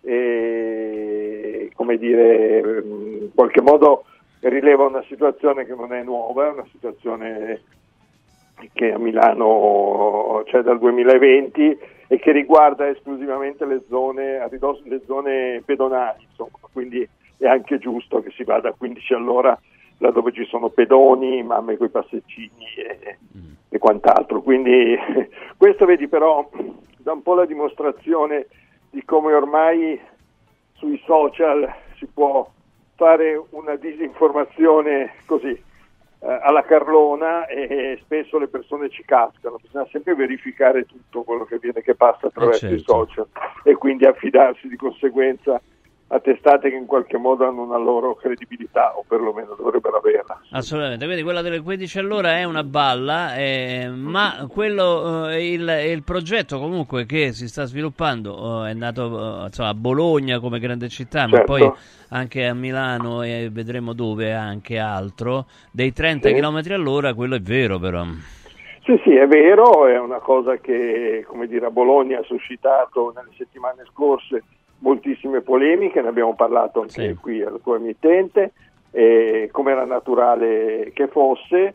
e, come dire, in qualche modo rileva una situazione che non è nuova, è una situazione che a Milano c'è dal duemilaventi e che riguarda esclusivamente le zone a ridosso, le zone pedonali, insomma, quindi è anche giusto che si vada a quindici all'ora laddove ci sono pedoni, mamme coi passeggini e, mm. e quant'altro. Quindi questo, vedi, però dà un po' la dimostrazione di come ormai sui social si può fare una disinformazione così eh, alla carlona e, e spesso le persone ci cascano. Bisogna sempre verificare tutto quello che viene che passa attraverso eh certo. i social e quindi affidarsi di conseguenza a testate che in qualche modo hanno una loro credibilità, o perlomeno dovrebbero averla. Assolutamente, quindi quella delle quindici all'ora è una balla, eh, ma quello eh, il, il progetto comunque che si sta sviluppando eh, è nato eh, insomma, a Bologna come grande città, Certo. ma poi anche a Milano e vedremo dove anche altro, dei trenta Sì. chilometri all'ora, quello è vero però. Sì, sì, è vero, è una cosa che, come dire, a Bologna ha suscitato nelle settimane scorse moltissime polemiche, ne abbiamo parlato anche Sì. qui al tuo emittente, eh, come era naturale che fosse.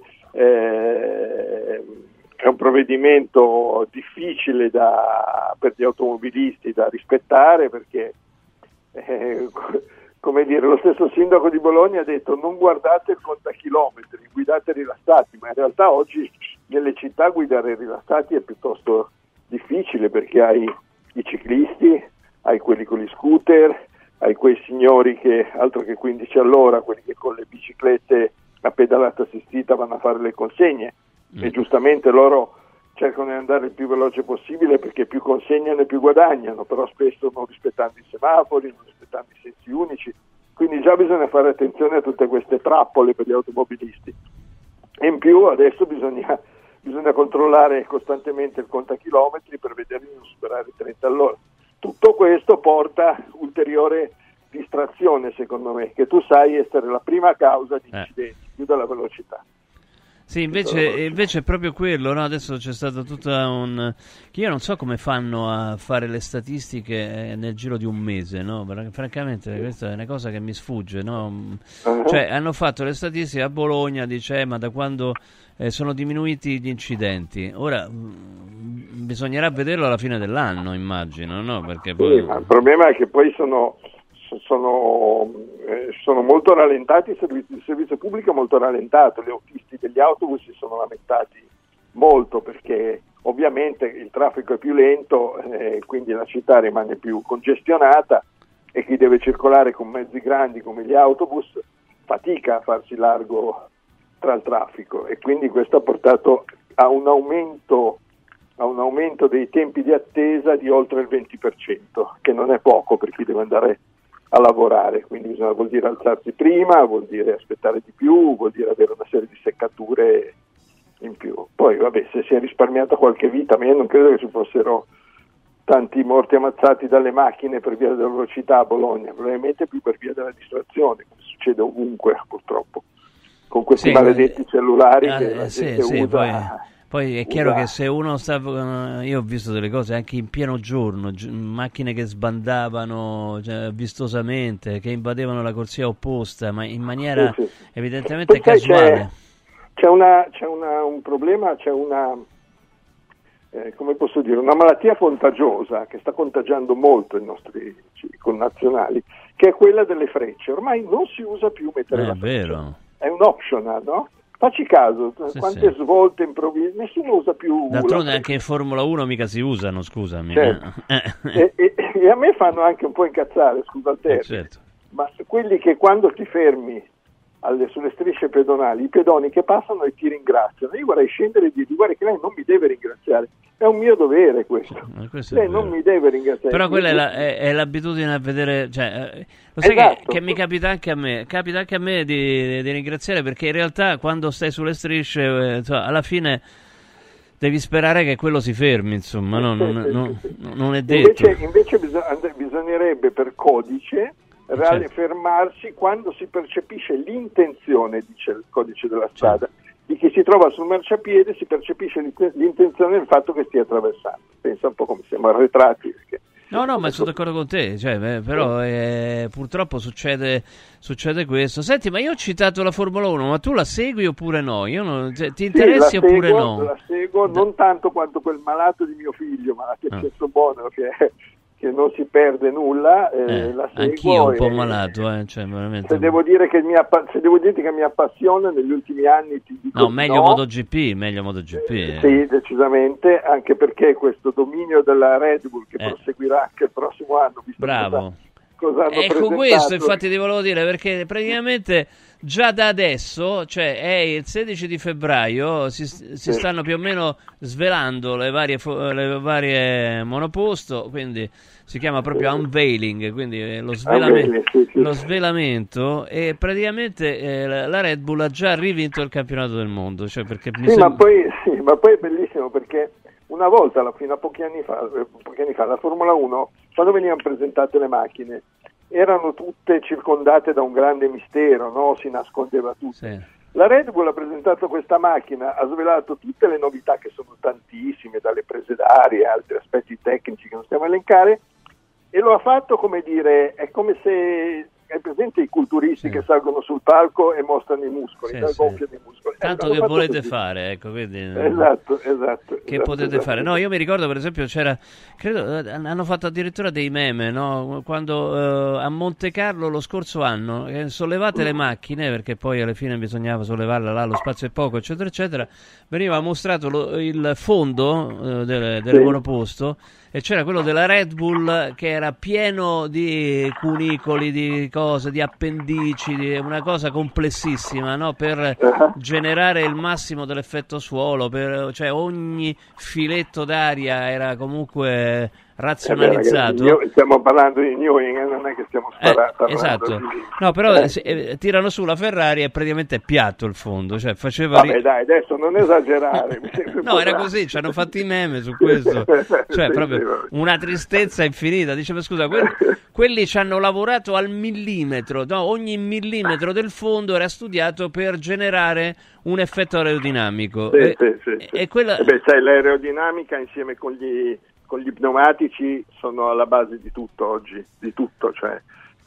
Eh, è un provvedimento difficile da, per gli automobilisti da rispettare, perché eh, come dire, lo stesso sindaco di Bologna ha detto non guardate il contachilometri, guidate rilassati, ma in realtà oggi nelle città guidare rilassati è piuttosto difficile, perché hai i ciclisti, hai quelli con gli scooter, hai quei signori che altro che quindici all'ora, quelli che con le biciclette a pedalata assistita vanno a fare le consegne mm. e giustamente loro cercano di andare il più veloce possibile, perché più consegnano e più guadagnano, però spesso non rispettando i semafori, non rispettando i sensi unici, quindi già bisogna fare attenzione a tutte queste trappole per gli automobilisti. E in più adesso bisogna, bisogna controllare costantemente il contachilometri per vedere di non superare i trenta all'ora. Tutto questo porta ulteriore distrazione, secondo me, che tu sai essere la prima causa di incidenti, eh. più della velocità. Sì, invece, invece è proprio quello, no? Adesso c'è stato tutta un... che io non so come fanno a fare le statistiche nel giro di un mese, no? Perché, francamente questa è una cosa che mi sfugge, no? Uh-huh. Cioè hanno fatto le statistiche a Bologna, dice eh, ma da quando eh, sono diminuiti gli incidenti, ora mh, bisognerà vederlo alla fine dell'anno, immagino, no? Perché poi... Sì, ma il problema è che poi sono... Sono, eh, sono molto rallentati i servizi, il servizio pubblico è molto rallentato, gli autisti degli autobus si sono lamentati molto, perché ovviamente il traffico è più lento, eh, quindi la città rimane più congestionata e chi deve circolare con mezzi grandi come gli autobus fatica a farsi largo tra il traffico, e quindi questo ha portato a un aumento a un aumento dei tempi di attesa di oltre il venti per cento, che non è poco per chi deve andare a lavorare, quindi bisogna, vuol dire alzarsi prima, vuol dire aspettare di più, vuol dire avere una serie di seccature in più. Poi vabbè, se si è risparmiata qualche vita, ma io non credo che ci fossero tanti morti ammazzati dalle macchine per via della velocità a Bologna, probabilmente più per via della distrazione, come succede ovunque purtroppo, con questi sì, maledetti eh, cellulari eh, che la sì, gente sì, usa... Poi... Poi è chiaro Usa. che se uno sta, io ho visto delle cose anche in pieno giorno, gi- macchine che sbandavano cioè, vistosamente, che invadevano la corsia opposta, ma in maniera sì, sì. evidentemente Perché casuale. C'è, c'è, una, c'è una, un problema, c'è una, eh, come posso dire, una malattia contagiosa che sta contagiando molto i nostri connazionali, che è quella delle frecce. Ormai non si usa più mettere Eh, la è freccia. vero. È un optional, no? Facci caso, Sì, quante sì. svolte improvvise, nessuno usa più D'altronde la anche in Formula uno mica si usano, scusami. Certo. eh. e, e, e a me fanno anche un po' incazzare, scusa il termine, Eh, certo. ma quelli che quando ti fermi alle, sulle strisce pedonali, i pedoni che passano e ti ringraziano, io vorrei scendere e dirgli guarda che lei non mi deve ringraziare, è un mio dovere questo, Eh, questo è lei non vero. mi deve ringraziare. Però quella è, la- è- è l'abitudine a vedere, cioè, eh, lo sai Esatto. che, che mi capita anche a me, capita anche a me di, di ringraziare, perché in realtà quando stai sulle strisce, eh, insomma, alla fine devi sperare che quello si fermi, insomma, no? non, Sì, sì, non- sì, sì. non è detto. Invece, invece bisog- and- bisognerebbe per codice ra- Certo. fermarsi quando si percepisce l'intenzione, dice il codice della strada, di chi si trova sul marciapiede, si percepisce l'int- l'intenzione del fatto che stia attraversando. Pensa un po' come siamo arretrati. Perché... No, no, ma sono d'accordo con te, cioè, beh, però eh, purtroppo succede, succede questo. Senti, ma io ho citato la Formula uno, ma tu la segui oppure no? Io non, cioè, ti interessi Sì, la oppure seguo, no? La seguo non tanto quanto quel malato di mio figlio, ma che Ah. penso buono, che, che non si perde nulla. Eh, Eh, la seguo anch'io un po' e- malato, eh, cioè, veramente. Se devo, dire che mi appa- se devo dirti che mi appassiona negli ultimi anni, ti dico No, meglio no. MotoGP, meglio MotoGP. eh. Sì, decisamente, anche perché questo dominio della Red Bull che Eh. proseguirà anche il prossimo anno, visto Bravo. che cosa hanno ecco presentato. Questo infatti ti volevo dire, perché praticamente già da adesso, cioè è il sedici di febbraio, si, si sì. stanno più o meno svelando le varie, le varie monoposto, quindi si chiama proprio sì. unveiling, quindi lo svelamento, sì, sì. lo svelamento e praticamente eh, la Red Bull ha già rivinto il campionato del mondo. Cioè perché mi sì, sembra... ma, poi, sì, ma poi è bellissimo perché una volta, fino a pochi anni fa, pochi anni fa la Formula uno, quando venivano presentate le macchine, erano tutte circondate da un grande mistero, no? Si nascondeva tutto. Sì. La Red Bull ha presentato questa macchina, ha svelato tutte le novità che sono tantissime, dalle prese d'aria, altri aspetti tecnici che non stiamo a elencare, e lo ha fatto, come dire, è come se hai presente i culturisti sì. che salgono sul palco e mostrano i muscoli, sì, sì. gonfiano i muscoli. Tanto eh, che volete così. fare, ecco, quindi esatto, esatto. Che esatto, potete esatto. fare? No, io mi ricordo per esempio c'era, credo, hanno fatto addirittura dei meme, no? Quando eh, a Monte Carlo lo scorso anno eh, sollevate mm. le macchine, perché poi alla fine bisognava sollevarla là, lo spazio è poco, eccetera, eccetera, veniva mostrato lo, il fondo eh, del, del sì. monoposto. E c'era quello della Red Bull che era pieno di cunicoli, di cose, di appendici, di una cosa complessissima, no? Per uh-huh. generare il massimo dell'effetto suolo, per, cioè ogni filetto d'aria era comunque razionalizzato. Eh beh, ragazzi, stiamo parlando di New England, non è che stiamo sparando. Eh, esatto. Di... No, però eh. se, eh, tirano su la Ferrari e praticamente è piatto il fondo, cioè faceva Vabbè, ri... dai, adesso non esagerare. No, era così, ci hanno fatto i meme su questo. Cioè, sì, proprio sì, una tristezza infinita. Diceva, scusa, quelli, quelli ci hanno lavorato al millimetro, no? Ogni millimetro del fondo era studiato per generare un effetto aerodinamico. Sì, e, sì, sì, e, sì. e quella... eh beh, sai, l'aerodinamica insieme con gli con gli pneumatici sono alla base di tutto oggi, di tutto, cioè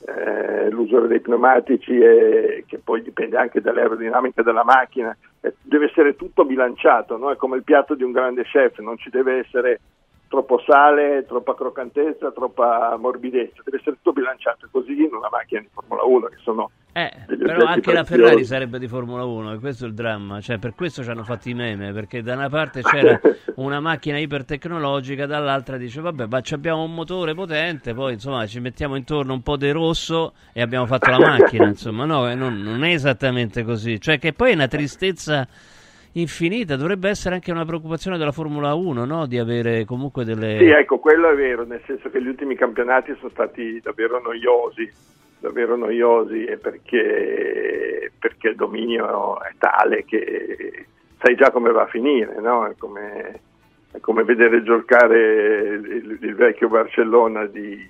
eh, l'uso dei pneumatici è, che poi dipende anche dall'aerodinamica della macchina, eh, deve essere tutto bilanciato, no? È come il piatto di un grande chef, non ci deve essere troppo sale, troppa croccantezza, troppa morbidezza, deve essere tutto bilanciato, e così in una macchina di Formula uno che sono eh, però anche preziosi. La Ferrari sarebbe di Formula uno, e questo è il dramma, cioè per questo ci hanno fatto i meme, perché da una parte c'era una macchina ipertecnologica, dall'altra dice vabbè, ma abbiamo un motore potente, poi insomma ci mettiamo intorno un po' di rosso e abbiamo fatto la macchina, insomma no, non, non è esattamente così, cioè che poi è una tristezza infinita. Dovrebbe essere anche una preoccupazione della Formula uno, no? Di avere comunque delle... Sì, ecco, quello è vero, nel senso che gli ultimi campionati sono stati davvero noiosi, davvero noiosi, e perché, perché il dominio è tale che sai già come va a finire, no? È come, è come vedere giocare il, il vecchio Barcellona di,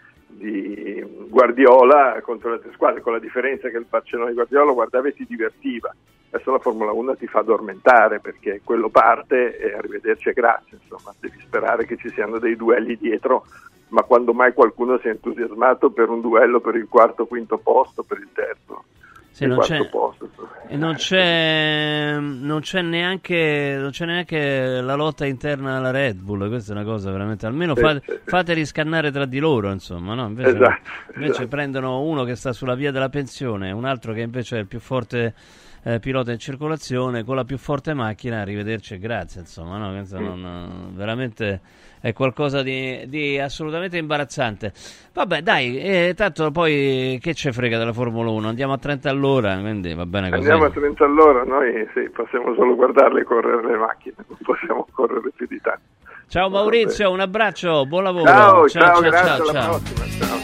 di Guardiola contro le altre squadre, con la differenza che il Barcellona di Guardiola guardava e ti divertiva. Adesso la Formula uno ti fa addormentare, perché quello parte e arrivederci e grazie, insomma, devi sperare che ci siano dei duelli dietro, ma quando mai qualcuno si è entusiasmato per un duello per il quarto o quinto posto, per il terzo sì, non c'è, posto. E non c'è, non c'è neanche non c'è neanche la lotta interna alla Red Bull, questa è una cosa veramente, almeno sì, fate, sì, fate riscannare tra di loro, insomma, no? Invece, esatto, invece esatto. Prendono uno che sta sulla via della pensione, un altro che invece è il più forte eh, pilota in circolazione, con la più forte macchina, arrivederci e grazie, insomma, no? Penso, mm. non, veramente è qualcosa di, di assolutamente imbarazzante. Vabbè, dai, eh, tanto poi che ce frega della Formula uno, andiamo a trenta all'ora, quindi va bene così. Andiamo a trenta all'ora, noi sì, possiamo solo guardarle correre le macchine, non possiamo correre più di tanto. Ciao Maurizio, un abbraccio, buon lavoro. Ciao, ciao, ciao, grazie, ciao, alla ciao. prossima. Ciao,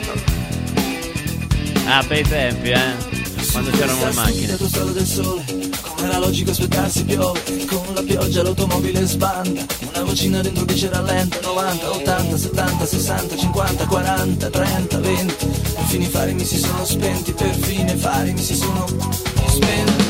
ciao. Ah, bei tempi, eh, quando c'erano le macchine. Del sole, come era logico aspettarsi piove, con la pioggia l'automobile sbanda, una vocina dentro che ci rallenta, novanta, ottanta, settanta, sessanta, cinquanta, quaranta, trenta, venti, perfino i fari mi si sono spenti, perfino i fari mi si sono spenti.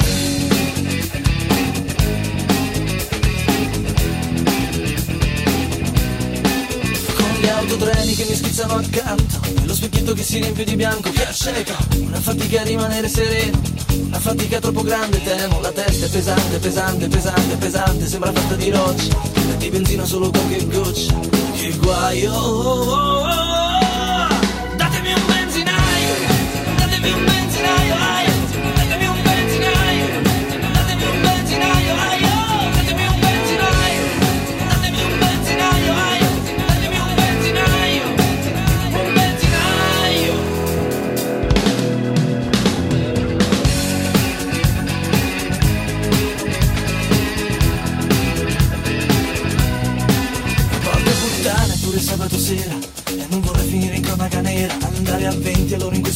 Gli autotreni che mi schizzano accanto, e lo specchietto che si riempie di bianco, che acceca, una fatica a rimanere sereno, una fatica troppo grande, temo, la testa è pesante, pesante, pesante, pesante, sembra fatta di roccia, e di benzina solo poche gocce, che guaio, oh, oh, oh, oh. Datemi un benzinaio, datemi un benzinaio, ai, datemi un benzinaio, datemi un benzinaio, ai, oh, datemi un benzinaio, datemi un benzinaio, ai.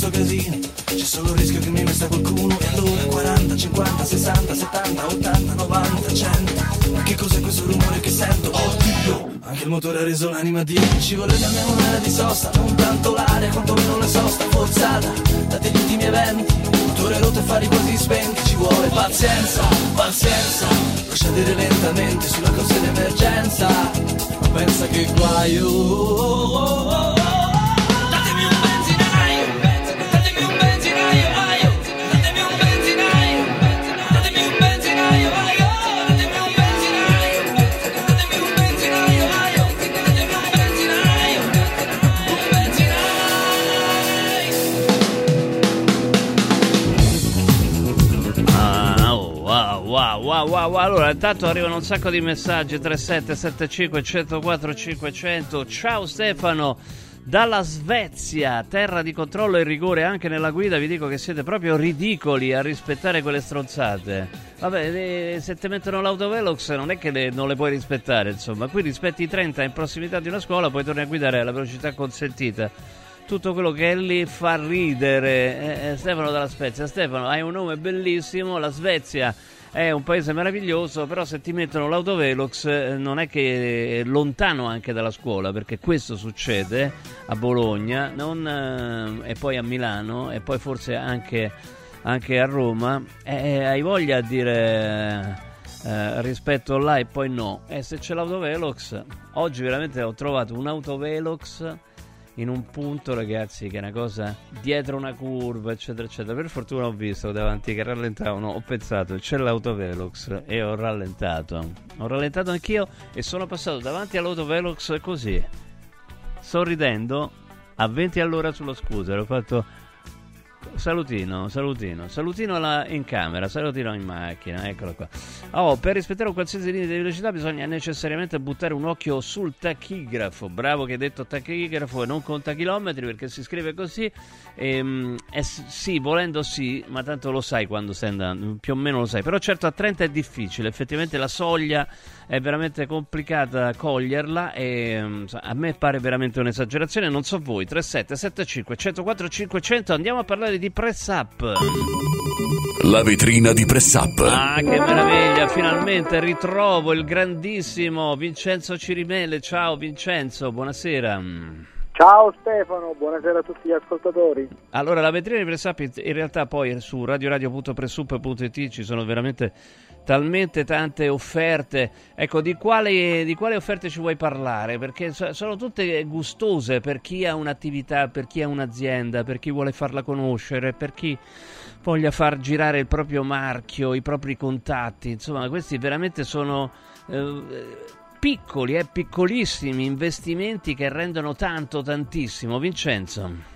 questo casino c'è solo il rischio che mi metta qualcuno. E allora quaranta, cinquanta, sessanta, settanta, ottanta, novanta, cento. Ma che cos'è questo rumore che sento? Oddio, anche il motore ha reso l'anima di. Ci vorrebbe almeno un'area di sosta, non tanto l'aria quanto meno la sosta forzata date gli ultimi eventi. Motore rotto e fari quasi spenti. Ci vuole pazienza, pazienza, procedere lentamente sulla corsia d'emergenza. Ma pensa che guaio. Oh, oh, oh, oh. Datemi un benzinaio, datemi un benzinaio, aio. Datemi un benzinaio, datemi un benzinaio, aio. Datemi un benzinaio, datemi un benzinaio, aio. Datemi un benzinaio, un benzinaio. Ah, oh, wow, wow, wow, wow. Allora, intanto arrivano un sacco di messaggi. Tre sette sette cinque uno zero quattro cinquecento. Ciao Stefano, dalla Svezia, terra di controllo e rigore anche nella guida. Vi dico che siete proprio ridicoli a rispettare quelle stronzate. Vabbè, eh, se ti mettono l'autovelox non è che le, non le puoi rispettare, insomma. Qui rispetti i trenta in prossimità di una scuola, poi torni a guidare alla velocità consentita. Tutto quello che è lì fa ridere. eh, Stefano dalla Svezia. Stefano, hai un nome bellissimo. La Svezia è un paese meraviglioso, però se ti mettono l'autovelox eh, non è che è lontano anche dalla scuola, perché questo succede a Bologna, non, eh, e poi a Milano, e poi forse anche, anche a Roma. Eh, hai voglia a dire eh, rispetto là e poi no. E se c'è l'autovelox, oggi veramente ho trovato un autovelox in un punto, ragazzi, che è una cosa dietro una curva, eccetera eccetera. Per fortuna ho visto davanti che rallentavano, ho pensato c'è l'autovelox e ho rallentato ho rallentato anch'io e sono passato davanti all'autovelox così, sorridendo, a venti all'ora sullo scooter. Ho fatto salutino, salutino, salutino alla, in camera, salutino in macchina, eccolo qua. Oh, per rispettare un qualsiasi limite di velocità bisogna necessariamente buttare un occhio sul tachigrafo. Bravo che hai detto tachigrafo e non contachilometri, perché si scrive così. E, e sì, volendo sì, ma tanto lo sai quando stai andando, più o meno lo sai. Però certo a trenta è difficile, effettivamente la soglia è veramente complicata coglierla e a me pare veramente un'esagerazione. Non so voi. Tre sette sette cinque uno zero quattro cinquecento. Andiamo a parlare di Press Up. La vetrina di Press Up. Ah, che meraviglia, finalmente ritrovo il grandissimo Vincenzo Cirimele. Ciao Vincenzo, buonasera. Ciao Stefano, buonasera a tutti gli ascoltatori. Allora, la vetrina di Press Up in realtà poi su radioradio punto pressup punto it ci sono veramente talmente tante offerte. Ecco, di quale, di quale offerte ci vuoi parlare? Perché sono tutte gustose per chi ha un'attività, per chi ha un'azienda, per chi vuole farla conoscere, per chi voglia far girare il proprio marchio, i propri contatti. Insomma, questi veramente sono eh, piccoli, eh, piccolissimi investimenti che rendono tanto, tantissimo. Vincenzo.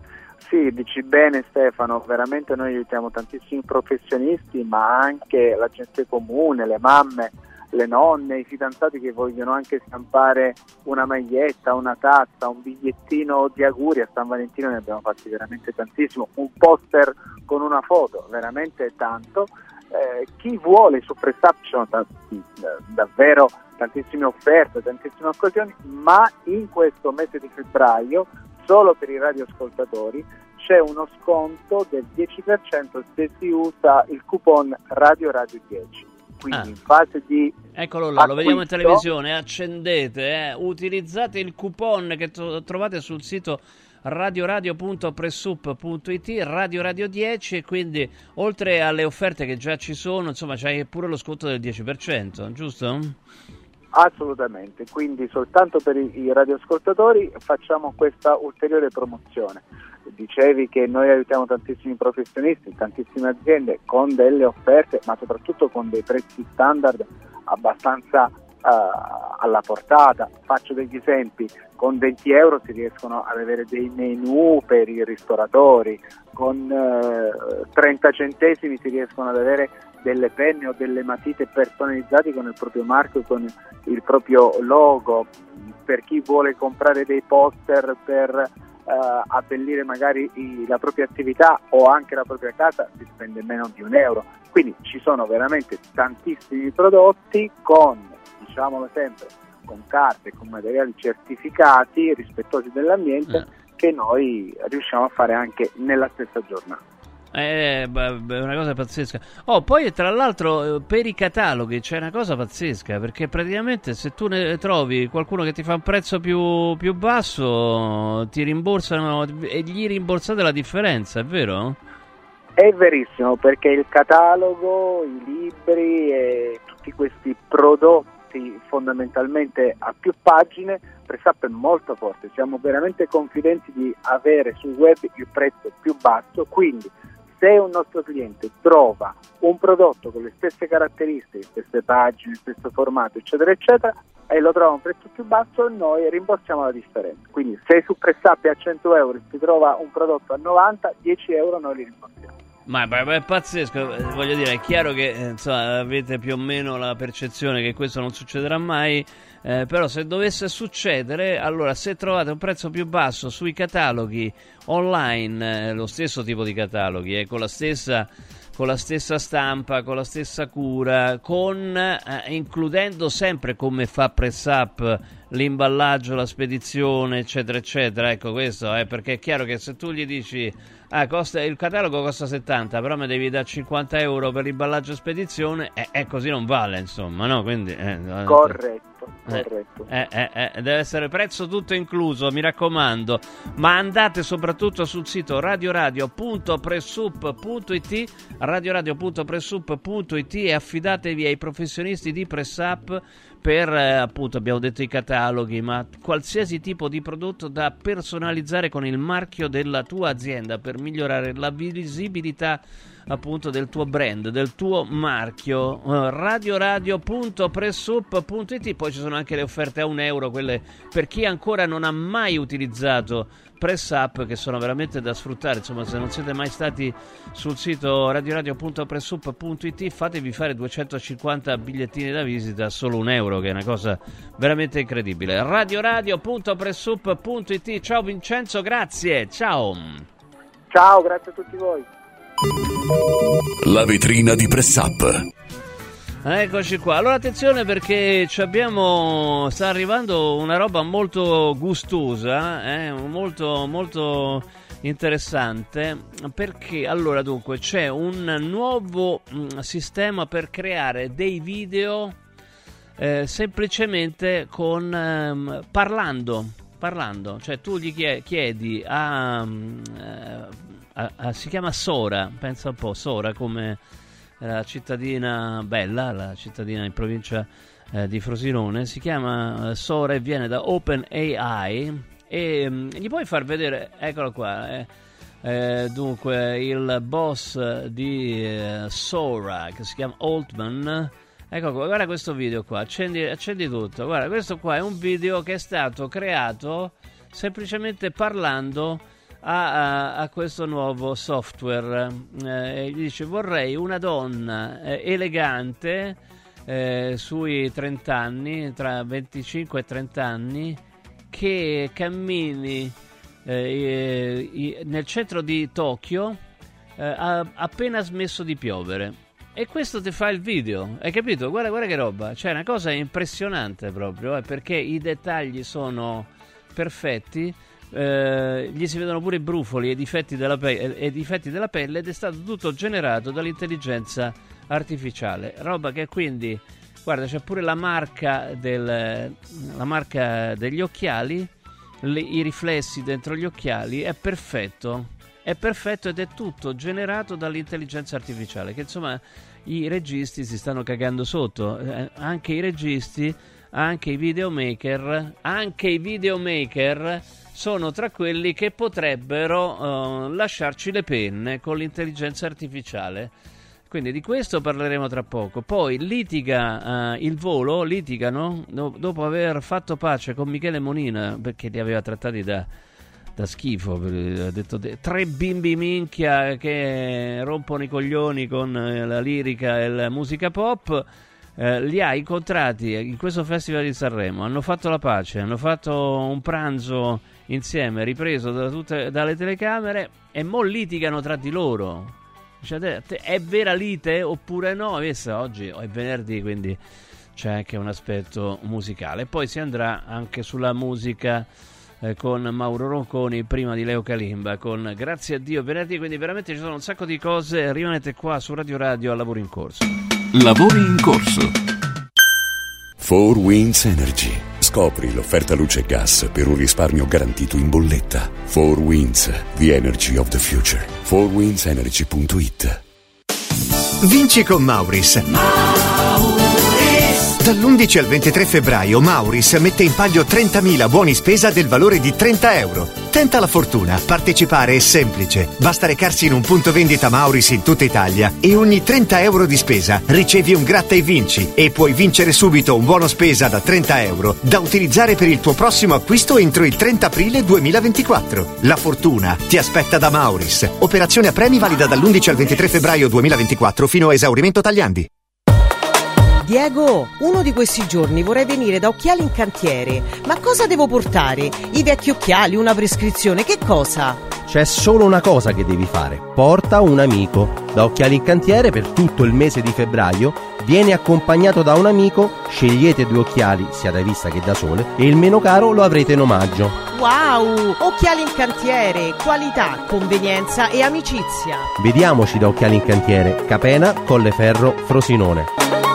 Sì, dici bene Stefano, veramente noi aiutiamo tantissimi professionisti, ma anche la gente comune, le mamme, le nonne, i fidanzati che vogliono anche stampare una maglietta, una tazza, un bigliettino di auguri. A San Valentino ne abbiamo fatti veramente tantissimo, un poster con una foto, veramente tanto. Eh, chi vuole su Press Up ci sono tanti, davvero tantissime offerte, tantissime occasioni, ma in questo mese di febbraio solo per i radioascoltatori c'è uno sconto del dieci per cento se si usa il coupon Radio Radio dieci. Quindi ah. in fase di eccolo là, acquisto, lo vediamo in televisione, accendete, eh, utilizzate il coupon che to- trovate sul sito radioradio punto pressup punto it, Radio Radio dieci, e quindi oltre alle offerte che già ci sono, insomma, c'hai pure lo sconto del dieci per cento, giusto? Assolutamente, quindi soltanto per i, i radioascoltatori facciamo questa ulteriore promozione. Dicevi che noi aiutiamo tantissimi professionisti, tantissime aziende con delle offerte, ma soprattutto con dei prezzi standard abbastanza uh, alla portata. Faccio degli esempi: con venti euro si riescono ad avere dei menù per i ristoratori, con uh, trenta centesimi si riescono ad avere delle penne o delle matite personalizzate con il proprio marchio, con il proprio logo. Per chi vuole comprare dei poster per Uh, abbellire magari i, la propria attività o anche la propria casa, si spende meno di un euro. Quindi ci sono veramente tantissimi prodotti con, diciamolo sempre, con carte, con materiali certificati, rispettosi dell'ambiente, eh. che noi riusciamo a fare anche nella stessa giornata. È una cosa pazzesca. Oh, poi tra l'altro per i cataloghi c'è una cosa pazzesca, perché praticamente se tu ne trovi qualcuno che ti fa un prezzo più, più basso, ti rimborsano e gli rimborsate la differenza, è vero? È verissimo, perché il catalogo, i libri e tutti questi prodotti fondamentalmente a più pagine, PressUp è molto forte, siamo veramente confidenti di avere sul web il prezzo più basso, quindi se un nostro cliente trova un prodotto con le stesse caratteristiche, stesse pagine, stesso formato, eccetera, eccetera, e lo trova a un prezzo più basso, noi rimborsiamo la differenza. Quindi se su PressUp è a cento euro e si trova un prodotto a novanta, dieci euro noi li rimborsiamo. Ma, ma, ma è pazzesco, voglio dire, è chiaro che eh, insomma, avete più o meno la percezione che questo non succederà mai, eh, però se dovesse succedere, allora se trovate un prezzo più basso sui cataloghi online, eh, lo stesso tipo di cataloghi, eh, con la stessa con la stessa stampa, con la stessa cura, con eh, includendo sempre, come fa PressUp, l'imballaggio, la spedizione, eccetera, eccetera. Ecco, questo è eh, perché è chiaro che se tu gli dici ah, costa, il catalogo costa settanta, però mi devi dare cinquanta euro per l'imballaggio e spedizione, e eh, eh, così non vale, insomma, no? Quindi, eh, corretto, corretto. Eh, eh, eh, deve essere prezzo tutto incluso, mi raccomando. Ma andate soprattutto sul sito radioradio punto pressup punto it, radioradio punto pressup punto it, e affidatevi ai professionisti di PressUp per, eh, appunto, abbiamo detto i cataloghi, ma qualsiasi tipo di prodotto da personalizzare con il marchio della tua azienda per migliorare la visibilità, appunto, del tuo brand, del tuo marchio. uh, radioradio punto pressup punto it. Poi ci sono anche le offerte a un euro, quelle per chi ancora non ha mai utilizzato PressUp, che sono veramente da sfruttare. Insomma, se non siete mai stati sul sito radioradio punto pressup punto it, fatevi fare duecentocinquanta bigliettini da visita a solo un euro, che è una cosa veramente incredibile. radioradio punto pressup punto it. Ciao Vincenzo, grazie, ciao. Ciao, grazie a tutti voi. La vetrina di PressUp. Eccoci qua. Allora attenzione, perché ci abbiamo sta arrivando una roba molto gustosa, eh? molto molto interessante, perché allora dunque c'è un nuovo mh, sistema per creare dei video eh, semplicemente con ehm, parlando, parlando, cioè tu gli chiedi a, a, a si chiama Sora, pensa un po', Sora come la cittadina bella, la cittadina in provincia eh, di Frosinone, si chiama eh, Sora e viene da OpenAI, e mh, gli puoi far vedere, eccolo qua, eh, eh, dunque il boss di eh, Sora, che si chiama Altman, ecco qua, guarda questo video qua, accendi, accendi tutto, guarda, questo qua è un video che è stato creato semplicemente parlando A, a, a questo nuovo software. Eh, gli dice: vorrei una donna eh, elegante eh, sui trenta anni, tra venticinque e trenta anni, che cammini eh, i, nel centro di Tokyo eh, ha appena smesso di piovere. E questo ti fa il video, hai capito? Guarda, guarda che roba, cioè una cosa impressionante proprio, eh, perché i dettagli sono perfetti. Uh, gli si vedono pure i brufoli e i difetti della, pe- e i difetti della pelle, ed è stato tutto generato dall'intelligenza artificiale, roba che quindi, guarda, c'è pure la marca del, la marca degli occhiali, le, i riflessi dentro gli occhiali, è perfetto, è perfetto ed è tutto generato dall'intelligenza artificiale, che insomma i registi si stanno cagando sotto, eh, anche i registi, anche i videomaker, anche i videomaker sono tra quelli che potrebbero uh, lasciarci le penne con l'intelligenza artificiale. Quindi di questo parleremo tra poco. Poi litiga uh, il volo, litigano do- dopo aver fatto pace con Michele Monina, perché li aveva trattati da, da schifo, ha detto de- tre bimbi minchia che rompono i coglioni con eh, la lirica e la musica pop. Eh, li ha incontrati in questo festival di Sanremo, hanno fatto la pace, hanno fatto un pranzo insieme ripreso da tutte, dalle telecamere, e mo litigano tra di loro. Cioè, è vera lite oppure no? Adesso, oggi è venerdì, quindi c'è anche un aspetto musicale. Poi si andrà anche sulla musica eh, con Mauro Ronconi prima di Leo Kalimba con Grazie a Dio venerdì, quindi veramente ci sono un sacco di cose. Rimanete qua su Radio Radio a Lavori in Corso. Lavori in Corso. four Winds Energy. Scopri l'offerta luce e gas per un risparmio garantito in bolletta. four Winds, the energy of the future. four winds energy punto it. Vinci con Mauris. Dall'undici al ventitré febbraio Mauris mette in palio trentamila buoni spesa del valore di trenta euro. Tenta la fortuna, partecipare è semplice. Basta recarsi in un punto vendita Mauris in tutta Italia e ogni trenta euro di spesa ricevi un gratta e vinci e puoi vincere subito un buono spesa da trenta euro da utilizzare per il tuo prossimo acquisto entro il trenta aprile duemilaventiquattro. La fortuna ti aspetta da Mauris. Operazione a premi valida dall'undici al ventitré febbraio duemilaventiquattro fino a esaurimento Tagliandi. Diego, uno di questi giorni vorrei venire da Occhiali in Cantiere. Ma cosa devo portare? I vecchi occhiali, una prescrizione, che cosa? C'è solo una cosa che devi fare. Porta un amico. Da Occhiali in Cantiere per tutto il mese di febbraio vieni accompagnato da un amico, scegliete due occhiali, sia da vista che da sole, e il meno caro lo avrete in omaggio. Wow! Occhiali in Cantiere, qualità, convenienza e amicizia. Vediamoci da Occhiali in Cantiere, Capena, Colleferro, Frosinone.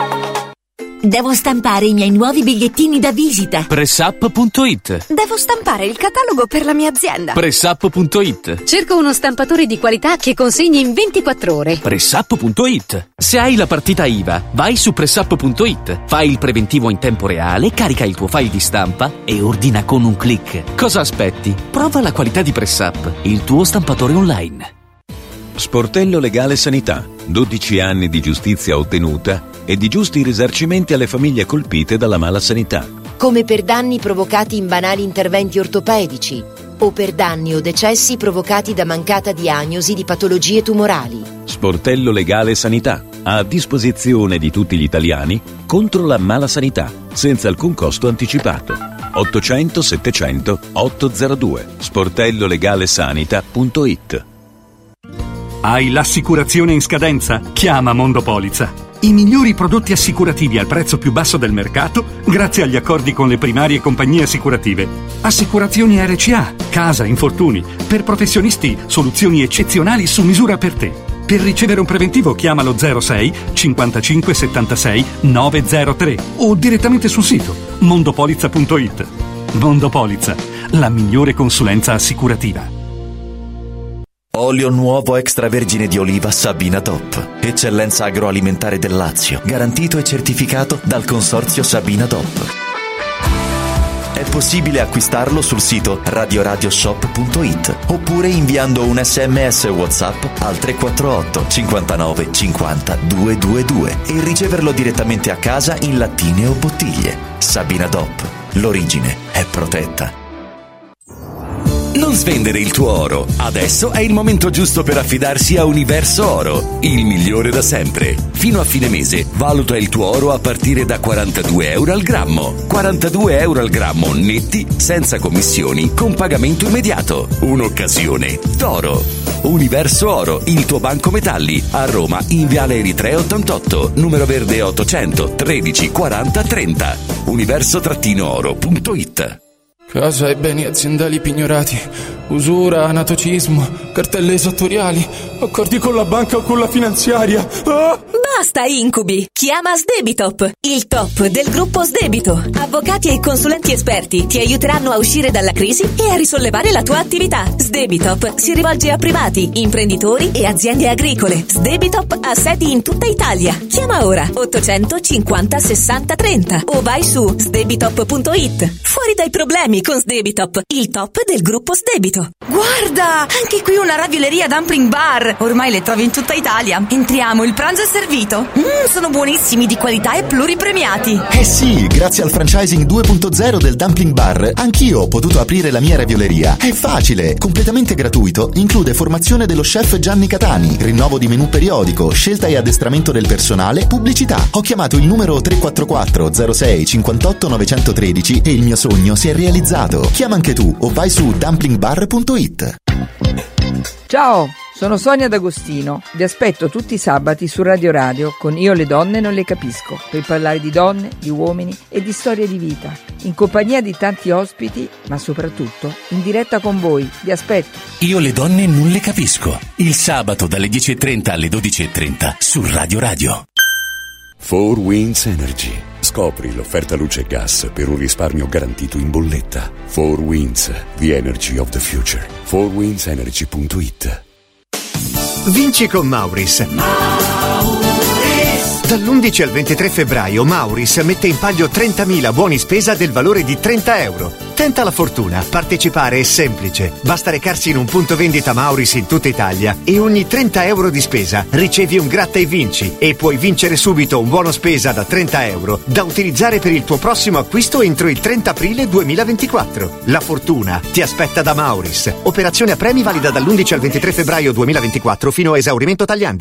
Devo stampare i miei nuovi bigliettini da visita. Pressup punto it. Devo stampare il catalogo per la mia azienda. Pressup punto it. Cerco uno stampatore di qualità che consegni in ventiquattro ore. Pressup punto it. Se hai la partita I V A, vai su Pressup punto it. Fai il preventivo in tempo reale, carica il tuo file di stampa e ordina con un click. Cosa aspetti? Prova la qualità di Pressup, il tuo stampatore online. Sportello Legale Sanità. dodici anni di giustizia ottenuta e di giusti risarcimenti alle famiglie colpite dalla mala sanità. Come per danni provocati in banali interventi ortopedici o per danni o decessi provocati da mancata diagnosi di patologie tumorali. Sportello Legale Sanità. A disposizione di tutti gli italiani contro la mala sanità, senza alcun costo anticipato. ottocento settecento ottocentodue. sportello legale sanità punto it. Hai l'assicurazione in scadenza? Chiama Mondopolizza. I migliori prodotti assicurativi al prezzo più basso del mercato grazie agli accordi con le primarie compagnie assicurative. Assicurazioni R C A, casa, infortuni. Per professionisti, soluzioni eccezionali su misura per te. Per ricevere un preventivo chiamalo zero sei cinquantacinque settantasei novecentotre o direttamente sul sito mondopolizza punto it. Mondopolizza, la migliore consulenza assicurativa. Olio nuovo extravergine di oliva Sabina Top. Eccellenza agroalimentare del Lazio. Garantito e certificato dal consorzio Sabina Top. È possibile acquistarlo sul sito radioradioshop punto it oppure inviando un sms WhatsApp al tre quattro otto cinquantanove cinquanta duecentoventidue e riceverlo direttamente a casa in lattine o bottiglie. Sabina Top. L'origine è protetta. Non svendere il tuo oro. Adesso è il momento giusto per affidarsi a Universo Oro, il migliore da sempre. Fino a fine mese valuta il tuo oro a partire da quarantadue euro al grammo. quarantadue euro al grammo netti, senza commissioni, con pagamento immediato. Un'occasione d'oro. Universo Oro, il tuo banco metalli. A Roma in Viale Eritrea ottantotto, numero verde ottocento tredici quaranta trenta. universo oro punto it. Casa e beni aziendali pignorati, usura, anatocismo, cartelle esattoriali, accordi con la banca o con la finanziaria. Ah! Basta incubi! Chiama Sdebitop, il top del gruppo Sdebito. Avvocati e consulenti esperti ti aiuteranno a uscire dalla crisi e a risollevare la tua attività. Sdebitop si rivolge a privati, imprenditori e aziende agricole. Sdebitop ha sedi in tutta Italia. Chiama ora ottocentocinquanta sessanta trenta o vai su sdebitop punto it. Fuori dai problemi con Sdebitop, il top del gruppo Sdebito. Guarda, anche qui una ravioleria dumpling bar. Ormai le trovi in tutta Italia. Entriamo, il pranzo è servito. Mmm, sono buonissimi, di qualità e pluripremiati. Eh sì, grazie al franchising due punto zero del Dumpling Bar, anch'io ho potuto aprire la mia ravioleria. È facile, completamente gratuito, include formazione dello chef Gianni Catani, rinnovo di menù periodico, scelta e addestramento del personale, pubblicità. Ho chiamato il numero tre quattro quattro zero sei cinquantotto novecentotredici e il mio sogno si è realizzato. Chiama anche tu o vai su dumpling bar punto it. Ciao, Sono Sonia D'Agostino, vi aspetto tutti i sabati su Radio Radio con Io le donne non le capisco, per parlare di donne, di uomini e di storie di vita, in compagnia di tanti ospiti, ma soprattutto in diretta con voi. Vi aspetto. Io le donne non le capisco, il sabato dalle dieci e trenta alle dodici e trenta su Radio Radio. four Winds Energy. Scopri l'offerta luce e gas per un risparmio garantito in bolletta. four Winds, the energy of the future. four winds energy punto it. Vinci con Mauris. Dall'undici al ventitré febbraio Mauris mette in palio trentamila buoni spesa del valore di trenta euro. Tenta la fortuna, partecipare è semplice. Basta recarsi in un punto vendita Mauris in tutta Italia e ogni trenta euro di spesa ricevi un gratta e vinci e puoi vincere subito un buono spesa da trenta euro da utilizzare per il tuo prossimo acquisto entro il trenta aprile duemilaventiquattro. La fortuna ti aspetta da Mauris. Operazione a premi valida dall'undici al ventitré febbraio duemilaventiquattro fino a esaurimento tagliandi.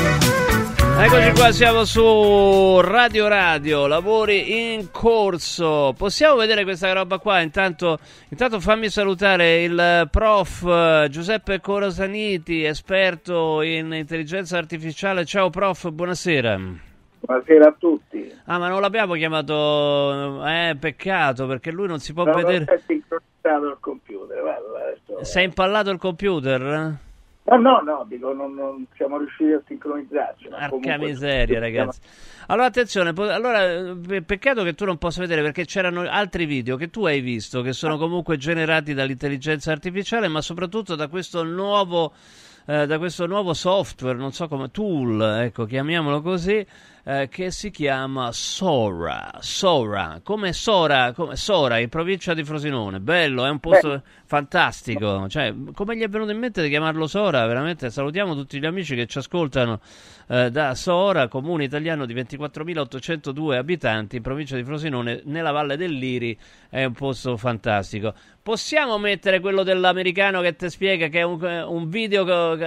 Eccoci qua, siamo su Radio Radio, lavori in corso. Possiamo vedere questa roba qua? Intanto, intanto fammi salutare il prof Giuseppe Corasaniti, esperto in intelligenza artificiale. Ciao prof, buonasera. Buonasera a tutti. Ah, ma non l'abbiamo chiamato, eh, peccato, perché lui non si può no, vedere. Non è sincronizzato il computer, guarda, adesso... Si è impallato il computer? No, no, no, dico, non, non siamo riusciti a sincronizzarci. Porca miseria, ragazzi. Allora, attenzione, po- allora, peccato che tu non possa vedere, perché c'erano altri video che tu hai visto, che sono comunque generati dall'intelligenza artificiale, ma soprattutto da questo nuovo, eh, da questo nuovo software, non so come, tool, ecco, chiamiamolo così, eh, che si chiama Sora, Sora, come Sora, come Sora, in provincia di Frosinone. Bello, è un posto... Beh. Fantastico, cioè, come gli è venuto in mente di chiamarlo Sora? Veramente salutiamo tutti gli amici che ci ascoltano eh, da Sora, comune italiano di ventiquattromilaottocentodue abitanti in provincia di Frosinone, nella Valle del Liri. È un posto fantastico. Possiamo mettere quello dell'americano che ti spiega, che è un, un video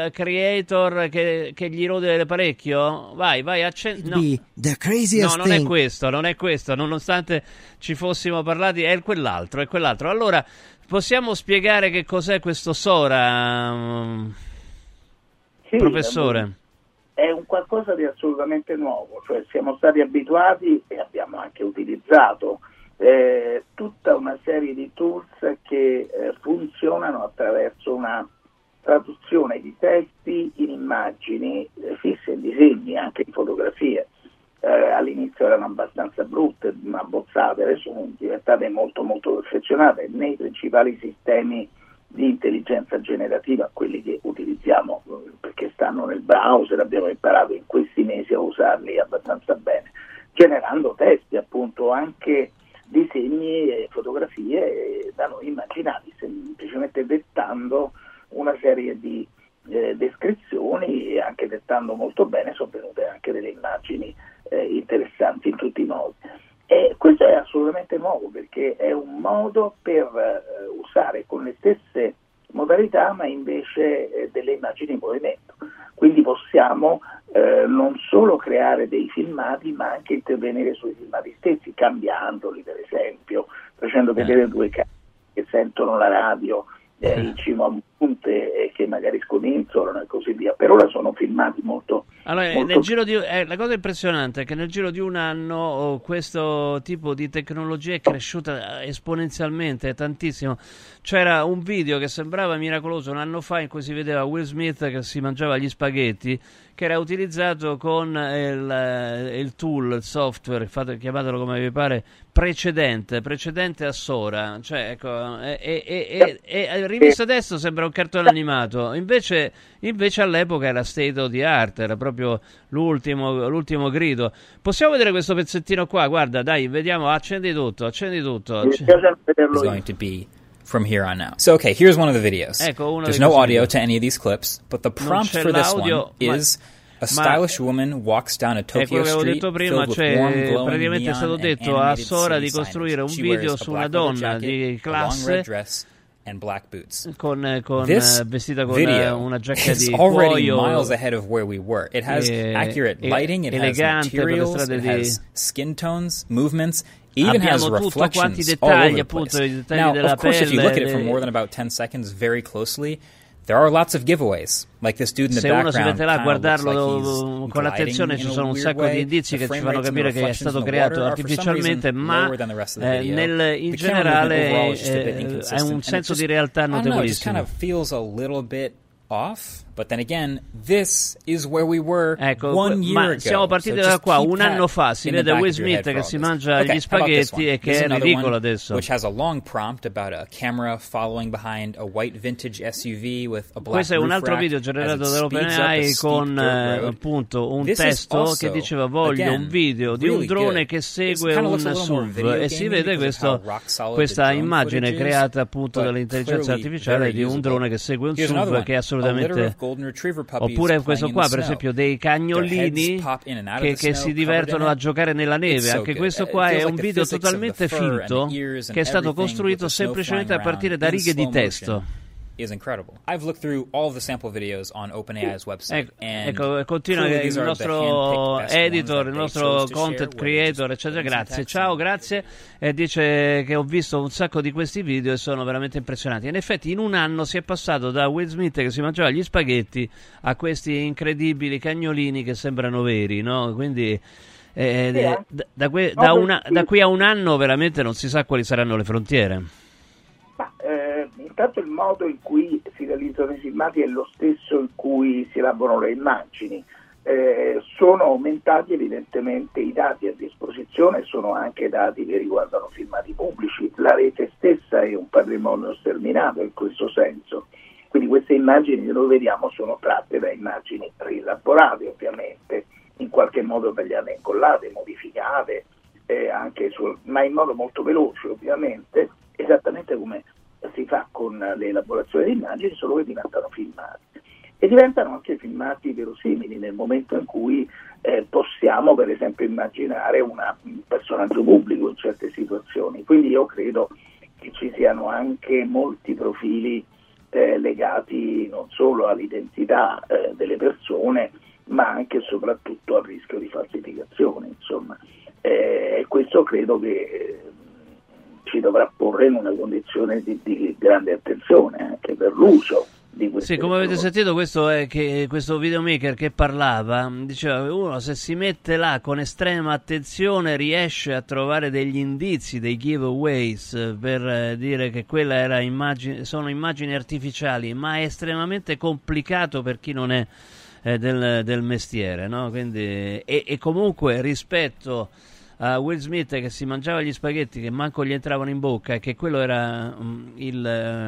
creator che, che gli rode parecchio? Vai, vai, accendi. No. no, non è questo, non è questo, nonostante ci fossimo parlati, è quell'altro, è quell'altro. Allora, possiamo spiegare che cos'è questo Sora, sì, professore? È un qualcosa di assolutamente nuovo, cioè siamo stati abituati e abbiamo anche utilizzato eh, tutta una serie di tools che eh, funzionano attraverso una traduzione di testi in immagini eh, fisse, in disegni, anche in fotografie. Eh, all'inizio erano abbastanza brutte, abbozzate, adesso sono diventate molto molto perfezionate nei principali sistemi di intelligenza generativa, quelli che utilizziamo perché stanno nel browser, abbiamo imparato in questi mesi a usarli abbastanza bene, generando testi, appunto, anche disegni e fotografie da noi immaginati, semplicemente dettando una serie di eh, descrizioni e anche dettando molto bene sono venute anche delle immagini eh, interessanti in tutti i modi. E questo è assolutamente nuovo perché è un modo per eh, usare con le stesse modalità ma invece eh, delle immagini in movimento. Quindi possiamo eh, non solo creare dei filmati ma anche intervenire sui filmati stessi, cambiandoli per esempio, facendo vedere eh. due cani che sentono la radio eh, in cima a un punte e che magari scodinzolano e così via. Per ora sono filmati molto... Allora, molto... nel giro di, eh, la cosa impressionante è che nel giro di un anno oh, questo tipo di tecnologia è cresciuta esponenzialmente, tantissimo. C'era un video che sembrava miracoloso un anno fa in cui si vedeva Will Smith che si mangiava gli spaghetti, che era utilizzato con il, il tool, il software, fate, chiamatelo come vi pare, precedente, precedente a Sora. Cioè, ecco, e, e, e, e, e rivisto adesso sembra un cartone animato, invece, invece all'epoca era state of the art, era proprio l'ultimo, l'ultimo grido. Possiamo vedere questo pezzettino qua? Guarda, dai, vediamo, accendi tutto, accendi tutto. It's going to be from here on out. So, okay, here's one of the videos. Ecco, uno There's dei no audio video. to any of these clips, but the prompt for this one is a stylish woman walks down a Tokyo street prima, filled with cioè, warm, glowing praticamente è stato neon detto and a animated Sora di city costruire un signage. She video wears a su una black leather donna jacket, di a long classe red dress and black boots. con, con This vestita con video una giacca is di already cuoio, miles ahead of where we were. It has e, accurate lighting, it has materials, it di... has skin tones, movements, even has reflections dettagli, all over the appunto, place. i dettagli Now, della of course, pelle, if you look at it le... for more than about ten seconds very closely, there are lots of giveaways. Like this dude in the Se uno si background mette là a guardarlo like con attenzione, ci sono un sacco di indizi che ci fanno capire che è stato creato artificialmente, ma eh, nel, in generale eh, ha un senso di realtà notevolissimo. Off, but then again, this is where we were ecco, one year ma ago. siamo partiti so da qua un anno fa. Si vede Will Smith che si mangia okay, gli spaghetti e che è ridicolo adesso. Which has a long prompt about a camera following behind a white vintage S U V with a black Questo è un altro video generato dall'OpenAI con eh, appunto un This testo che diceva voglio again, un video di really un drone good. Che segue un S U V e si vede questo, questa immagine creata appunto dall'intelligenza artificiale di un drone che segue un S U V che è assolutamente oppure questo qua per esempio dei cagnolini che, che si divertono a giocare nella neve. Anche questo qua è un video totalmente finto che è stato costruito semplicemente a partire da righe di testo. Is incredible. I've looked through all the sample videos on OpenAI's website. Ecco, ecco continua il nostro editor, il nostro content creator, eccetera. Grazie, ciao, grazie. E dice che ho visto un sacco di questi video e sono veramente impressionanti. In effetti, in un anno si è passato da Will Smith che si mangiava gli spaghetti a questi incredibili cagnolini che sembrano veri, no? Quindi. Eh, da, da, que, da, una, da qui a un anno veramente non si sa quali saranno le frontiere. Ma, eh, intanto il modo in cui si realizzano i filmati è lo stesso in cui si elaborano le immagini. Eh, sono aumentati evidentemente i dati a disposizione, sono anche dati che riguardano filmati pubblici. La rete stessa è un patrimonio sterminato in questo senso. Quindi queste immagini che noi vediamo sono tratte da immagini rielaborate, ovviamente, in qualche modo tagliate, incollate, modificate, eh, anche su, ma in modo molto veloce, ovviamente, esattamente come si fa con l'elaborazione di immagini, solo che diventano filmati. E diventano anche filmati verosimili nel momento in cui eh, possiamo, per esempio, immaginare una, un personaggio pubblico in certe situazioni. Quindi io credo che ci siano anche molti profili eh, legati non solo all'identità eh, delle persone, ma anche e soprattutto al rischio di falsificazione. Insomma, eh, questo credo che eh, ci dovrà porre in una condizione di, di grande attenzione anche per l'uso di queste Sì, come avete cose. Sentito, questo è che questo videomaker che parlava diceva che uno se si mette là con estrema attenzione riesce a trovare degli indizi, dei giveaways per eh, dire che quella era immagine, sono immagini artificiali, ma è estremamente complicato per chi non è eh, del, del mestiere, no? Quindi, e, e comunque rispetto a Will Smith che si mangiava gli spaghetti che manco gli entravano in bocca e che quello era um, il,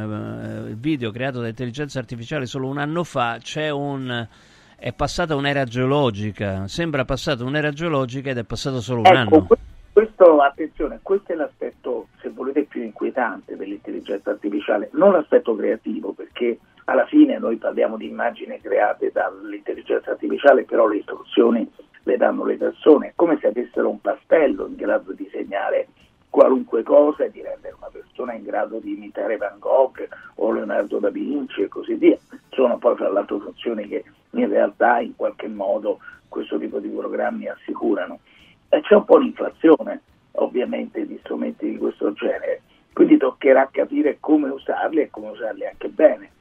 uh, il video creato da intelligenza artificiale solo un anno fa, c'è un è passata un'era geologica, sembra passata un'era geologica ed è passato solo un ecco, anno. Questo, attenzione, questo è l'aspetto, se volete, più inquietante dell'intelligenza artificiale, non l'aspetto creativo, perché alla fine noi parliamo di immagini create dall'intelligenza artificiale, però le istruzioni le danno le persone, è come se avessero un pastello in grado di disegnare qualunque cosa e di rendere una persona in grado di imitare Van Gogh o Leonardo da Vinci e così via. Sono poi fra l'altro funzioni che in realtà in qualche modo questo tipo di programmi assicurano. E c'è un po' l'inflazione ovviamente di strumenti di questo genere, quindi toccherà capire come usarli e come usarli anche bene.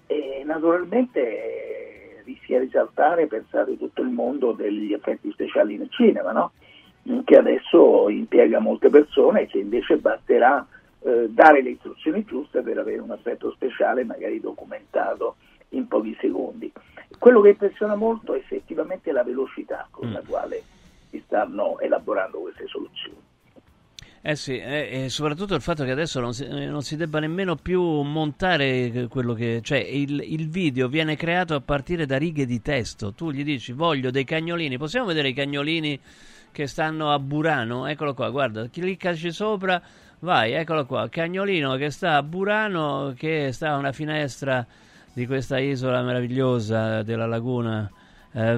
E naturalmente rischia di risaltare, pensate, tutto il mondo degli effetti speciali nel cinema, no? Che adesso impiega molte persone e che invece basterà eh, dare le istruzioni giuste per avere un effetto speciale magari documentato in pochi secondi. Quello che impressiona molto è effettivamente la velocità con la quale si stanno elaborando queste soluzioni. Eh sì, e, e soprattutto il fatto che adesso non si, non si debba nemmeno più montare quello che... Cioè il, il video viene creato a partire da righe di testo. Tu gli dici voglio dei cagnolini, possiamo vedere i cagnolini che stanno a Burano? Eccolo qua, guarda, cliccaci sopra, vai, eccolo qua, cagnolino che sta a Burano, che sta a una finestra di questa isola meravigliosa della laguna Eh,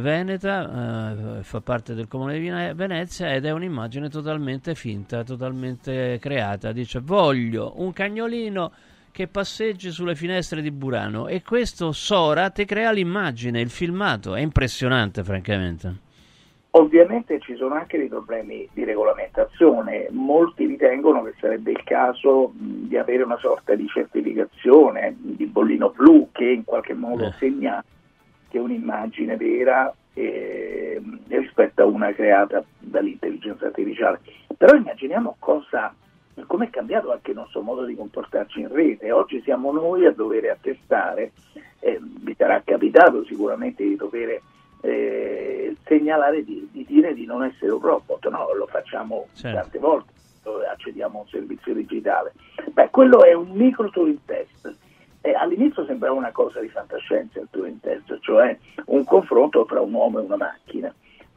Veneta, eh, fa parte del comune di Venezia ed è un'immagine totalmente finta, totalmente creata. Dice voglio un cagnolino che passeggi sulle finestre di Burano e questo Sora ti crea l'immagine, il filmato, è impressionante francamente. Ovviamente ci sono anche dei problemi di regolamentazione, molti ritengono che sarebbe il caso mh, di avere una sorta di certificazione di bollino blu che in qualche modo eh. segna che è un'immagine vera eh, rispetto a una creata dall'intelligenza artificiale. Però immaginiamo cosa, come è cambiato anche il nostro modo di comportarci in rete. Oggi siamo noi a dover attestare, eh, vi sarà capitato sicuramente di dover Eh, segnalare di, di dire di non essere un robot, no? Lo facciamo certo. tante volte dove accediamo a un servizio digitale. Beh, quello è un micro Turing test. Eh, all'inizio sembrava una cosa di fantascienza il Turing test, cioè un confronto tra un uomo e una macchina,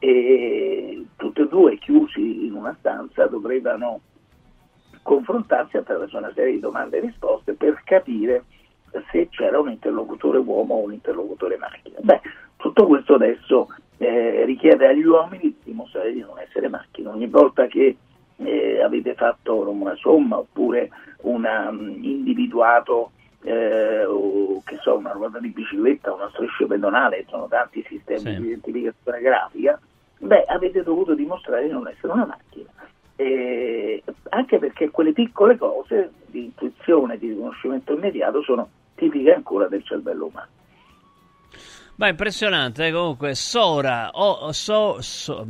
e tutti e due chiusi in una stanza dovevano confrontarsi attraverso una serie di domande e risposte per capire se c'era un interlocutore uomo o un interlocutore macchina. Beh, tutto questo adesso eh, richiede agli uomini di dimostrare di non essere macchine. Ogni volta che eh, avete fatto una somma oppure una um, individuato eh, o che so, una ruota di bicicletta, una striscia pedonale, sono tanti sistemi sì. di identificazione grafica, beh, avete dovuto dimostrare di non essere una macchina. Eh, anche perché quelle piccole cose di intuizione, di riconoscimento immediato sono tipiche ancora del cervello umano. Ma impressionante, eh? Comunque Sora, oh, so, so,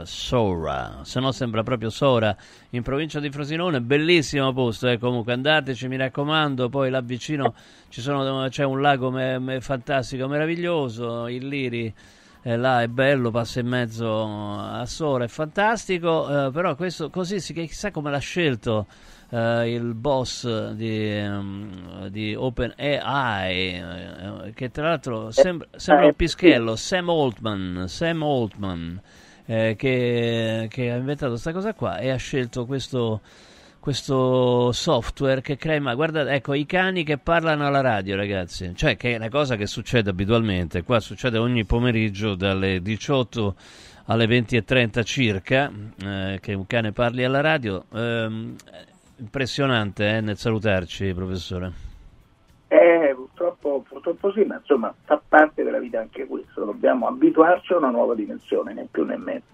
Sora, se no sembra proprio Sora, in provincia di Frosinone, bellissimo posto, eh? Comunque andateci, mi raccomando. Poi là vicino ci sono, c'è un lago me, me, fantastico, meraviglioso, il Liri, eh, là è bello, passa in mezzo a Sora, è fantastico, eh, però questo così si, chissà come l'ha scelto Uh, il boss di, um, di OpenAI, uh, che tra l'altro sembra, sembra un pischello, Sam Altman, Sam Altman eh, che, che ha inventato questa cosa qua e ha scelto questo, questo software che crea, ma guarda, ecco, i cani che parlano alla radio, ragazzi, cioè che è una cosa che succede abitualmente, qua succede ogni pomeriggio dalle diciotto alle venti e trenta circa, eh, che un cane parli alla radio. ehm, Impressionante, eh, nel salutarci, professore. Eh, purtroppo, purtroppo sì, ma insomma fa parte della vita anche questo, dobbiamo abituarci a una nuova dimensione, né più né meno.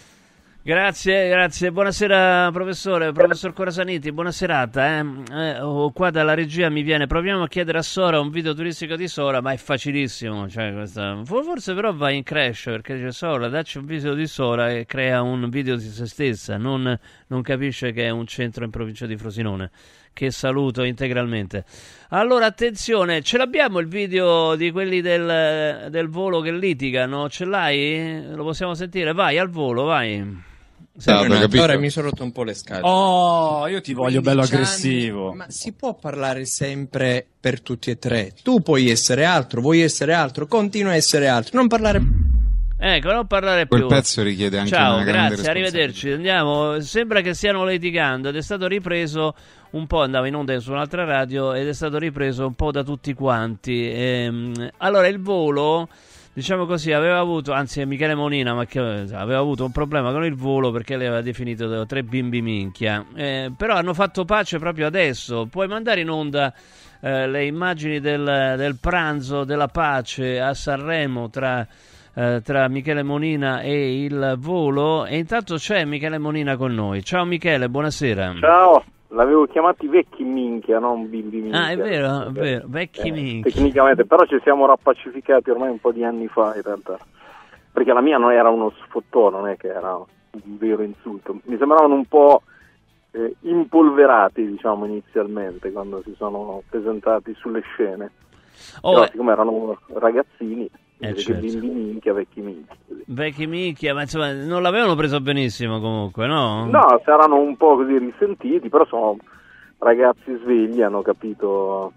Grazie, grazie, buonasera professore, professor Corasaniti, buona serata. Eh. Eh, oh, qua dalla regia mi viene, proviamo a chiedere a Sora un video turistico di Sora, ma è facilissimo, cioè, questa... forse però va in crash, perché dice Sora, dacci un video di Sora e crea un video di se stessa, non, non capisce che è un centro in provincia di Frosinone, che saluto integralmente. Allora attenzione, ce l'abbiamo il video di quelli del, del volo che litigano, ce l'hai? Lo possiamo sentire? Vai al volo, vai. No, ora mi sono rotto un po' le scatole. Oh, io ti voglio bello aggressivo. Ma si può parlare sempre per tutti e tre? Tu puoi essere altro, vuoi essere altro, continua a essere altro, non parlare. Ecco, non parlare più. Quel pezzo richiede anche Ciao, una grande grazie, arrivederci. Andiamo. Sembra che stiano litigando ed è stato ripreso un po', andava in onda su un'altra radio ed è stato ripreso un po' da tutti quanti. Ehm, allora, il volo, diciamo così, aveva avuto, anzi Michele Monina, ma che aveva avuto un problema con il volo perché le aveva definito tre bimbi minchia. Eh, però hanno fatto pace proprio adesso. Puoi mandare in onda eh, le immagini del, del pranzo della pace a Sanremo tra Uh, tra Michele Monina e il volo, e intanto c'è Michele Monina con noi. Ciao Michele, buonasera. Ciao, l'avevo chiamati vecchi minchia, non bimbi minchia. Ah, è vero, è vero, vecchi eh, minchia. Tecnicamente, però ci siamo rappacificati ormai un po' di anni fa in realtà, perché la mia non era uno sfottò, non è che era un vero insulto. Mi sembravano un po' eh, impolverati, diciamo, inizialmente, quando si sono presentati sulle scene. Oh, però, eh. siccome erano ragazzini, Eh, certo. Bimbi minchia, vecchi minchia. Vecchi minchia, ma insomma non l'avevano preso benissimo comunque, no? No, saranno un po' così risentiti, però sono ragazzi svegli, hanno capito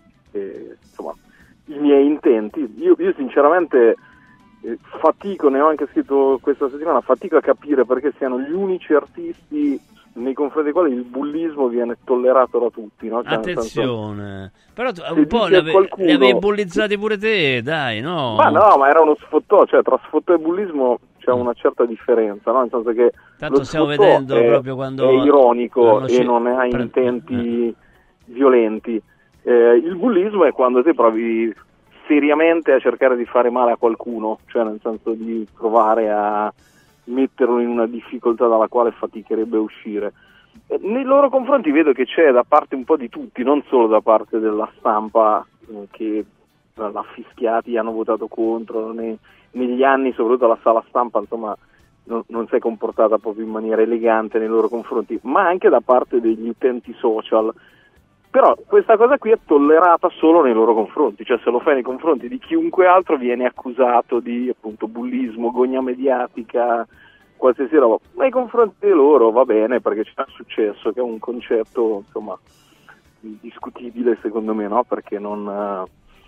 che, insomma, i miei intenti. Io, io sinceramente eh, fatico, ne ho anche scritto questa settimana, fatico a capire perché siano gli unici artisti nei confronti dei quali il bullismo viene tollerato da tutti, no? Cioè, attenzione, senso, però tu, un po' li avevi, qualcuno... li avevi bullizzati pure te, dai, no? Ma no, ma era uno sfottò, cioè tra sfottò e bullismo c'è una certa differenza, no? Nel senso che tanto stiamo vedendo è, proprio quando è ironico e ci... non ha Pre... intenti eh. violenti. Eh, il bullismo è quando te provi seriamente a cercare di fare male a qualcuno, cioè nel senso di provare a metterlo in una difficoltà dalla quale faticherebbe a uscire. E nei loro confronti vedo che c'è da parte un po' di tutti, non solo da parte della stampa eh, che l'ha fischiati, hanno votato contro, ne, negli anni soprattutto la sala stampa insomma non, non si è comportata proprio in maniera elegante nei loro confronti, ma anche da parte degli utenti social. Però questa cosa qui è tollerata solo nei loro confronti, cioè se lo fai nei confronti di chiunque altro viene accusato di appunto bullismo, gogna mediatica, qualsiasi roba. Nei confronti di loro va bene perché c'è successo, che è un concetto insomma discutibile secondo me, no? Perché non...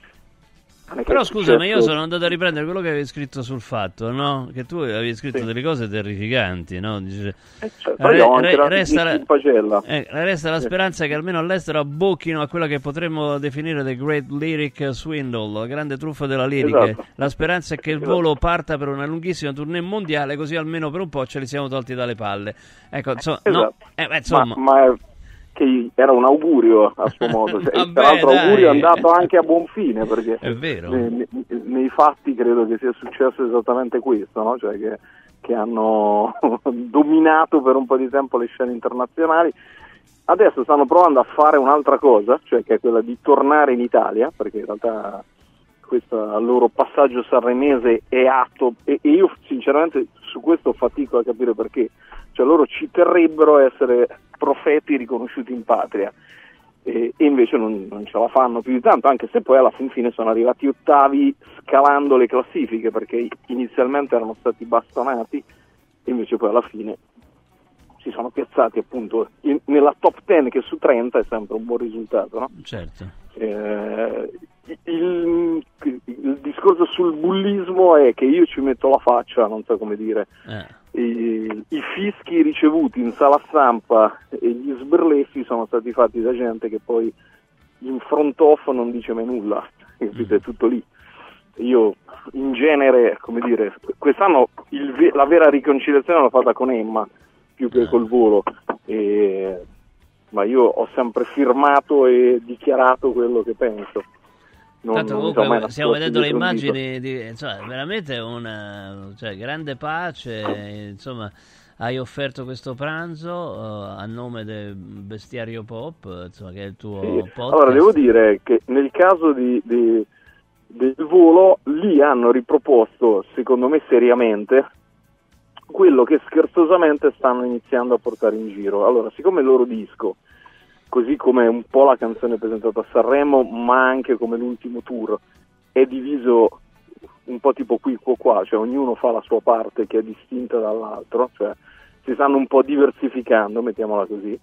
Però scusa, ma io sono andato a riprendere quello che avevi scritto sul Fatto, no? Che tu avevi scritto sì. delle cose terrificanti, no? Dice, eh certo, re, re, resta, la, eh, resta la speranza che almeno all'estero abbocchino a quella che potremmo definire the great lyric swindle, la grande truffa della lirica. Esatto. La speranza è che il esatto. volo parta per una lunghissima tournée mondiale, così almeno per un po' ce li siamo tolti dalle palle. Ecco, insomma, esatto. no, eh, beh, insomma. Ma, ma è... che era un augurio a suo modo, cioè, Vabbè, tra l'altro dai. augurio è andato anche a buon fine, perché è vero. Nei, nei fatti credo che sia successo esattamente questo, no? Cioè che, che hanno dominato per un po' di tempo le scene internazionali. Adesso stanno provando a fare un'altra cosa, cioè che è quella di tornare in Italia, perché in realtà questo loro passaggio sanremese è atto, e, e io sinceramente su questo fatico a capire perché, cioè loro ci terrebbero a essere profeti riconosciuti in patria e, e invece non, non ce la fanno più di tanto, anche se poi alla fin fine sono arrivati ottavi scalando le classifiche, perché inizialmente erano stati bastonati e invece poi alla fine si sono piazzati appunto in, nella top dieci, che su trenta è sempre un buon risultato, no? Certo. Eh, il, il discorso sul bullismo è che io ci metto la faccia, non so come dire, eh. I, i fischi ricevuti in sala stampa e gli sberleffi sono stati fatti da gente che poi in front off non dice mai nulla, capite? È tutto lì. Io in genere, come dire, quest'anno il, la vera riconciliazione l'ho fatta con Emma più che col volo, e, ma io ho sempre firmato e dichiarato quello che penso. Non, Tanto non comunque stiamo vedendo le immagini di, insomma, veramente una, cioè, grande pace, insomma, hai offerto questo pranzo uh, a nome del Bestiario Pop, insomma, che è il tuo sì. podcast. Allora devo dire che nel caso di, di, del volo lì hanno riproposto, secondo me seriamente, quello che scherzosamente stanno iniziando a portare in giro. Allora, siccome il loro disco, così come un po' la canzone presentata a Sanremo, ma anche come l'ultimo tour, è diviso un po' tipo qui qua qua, cioè ognuno fa la sua parte che è distinta dall'altro, cioè si stanno un po' diversificando, mettiamola così.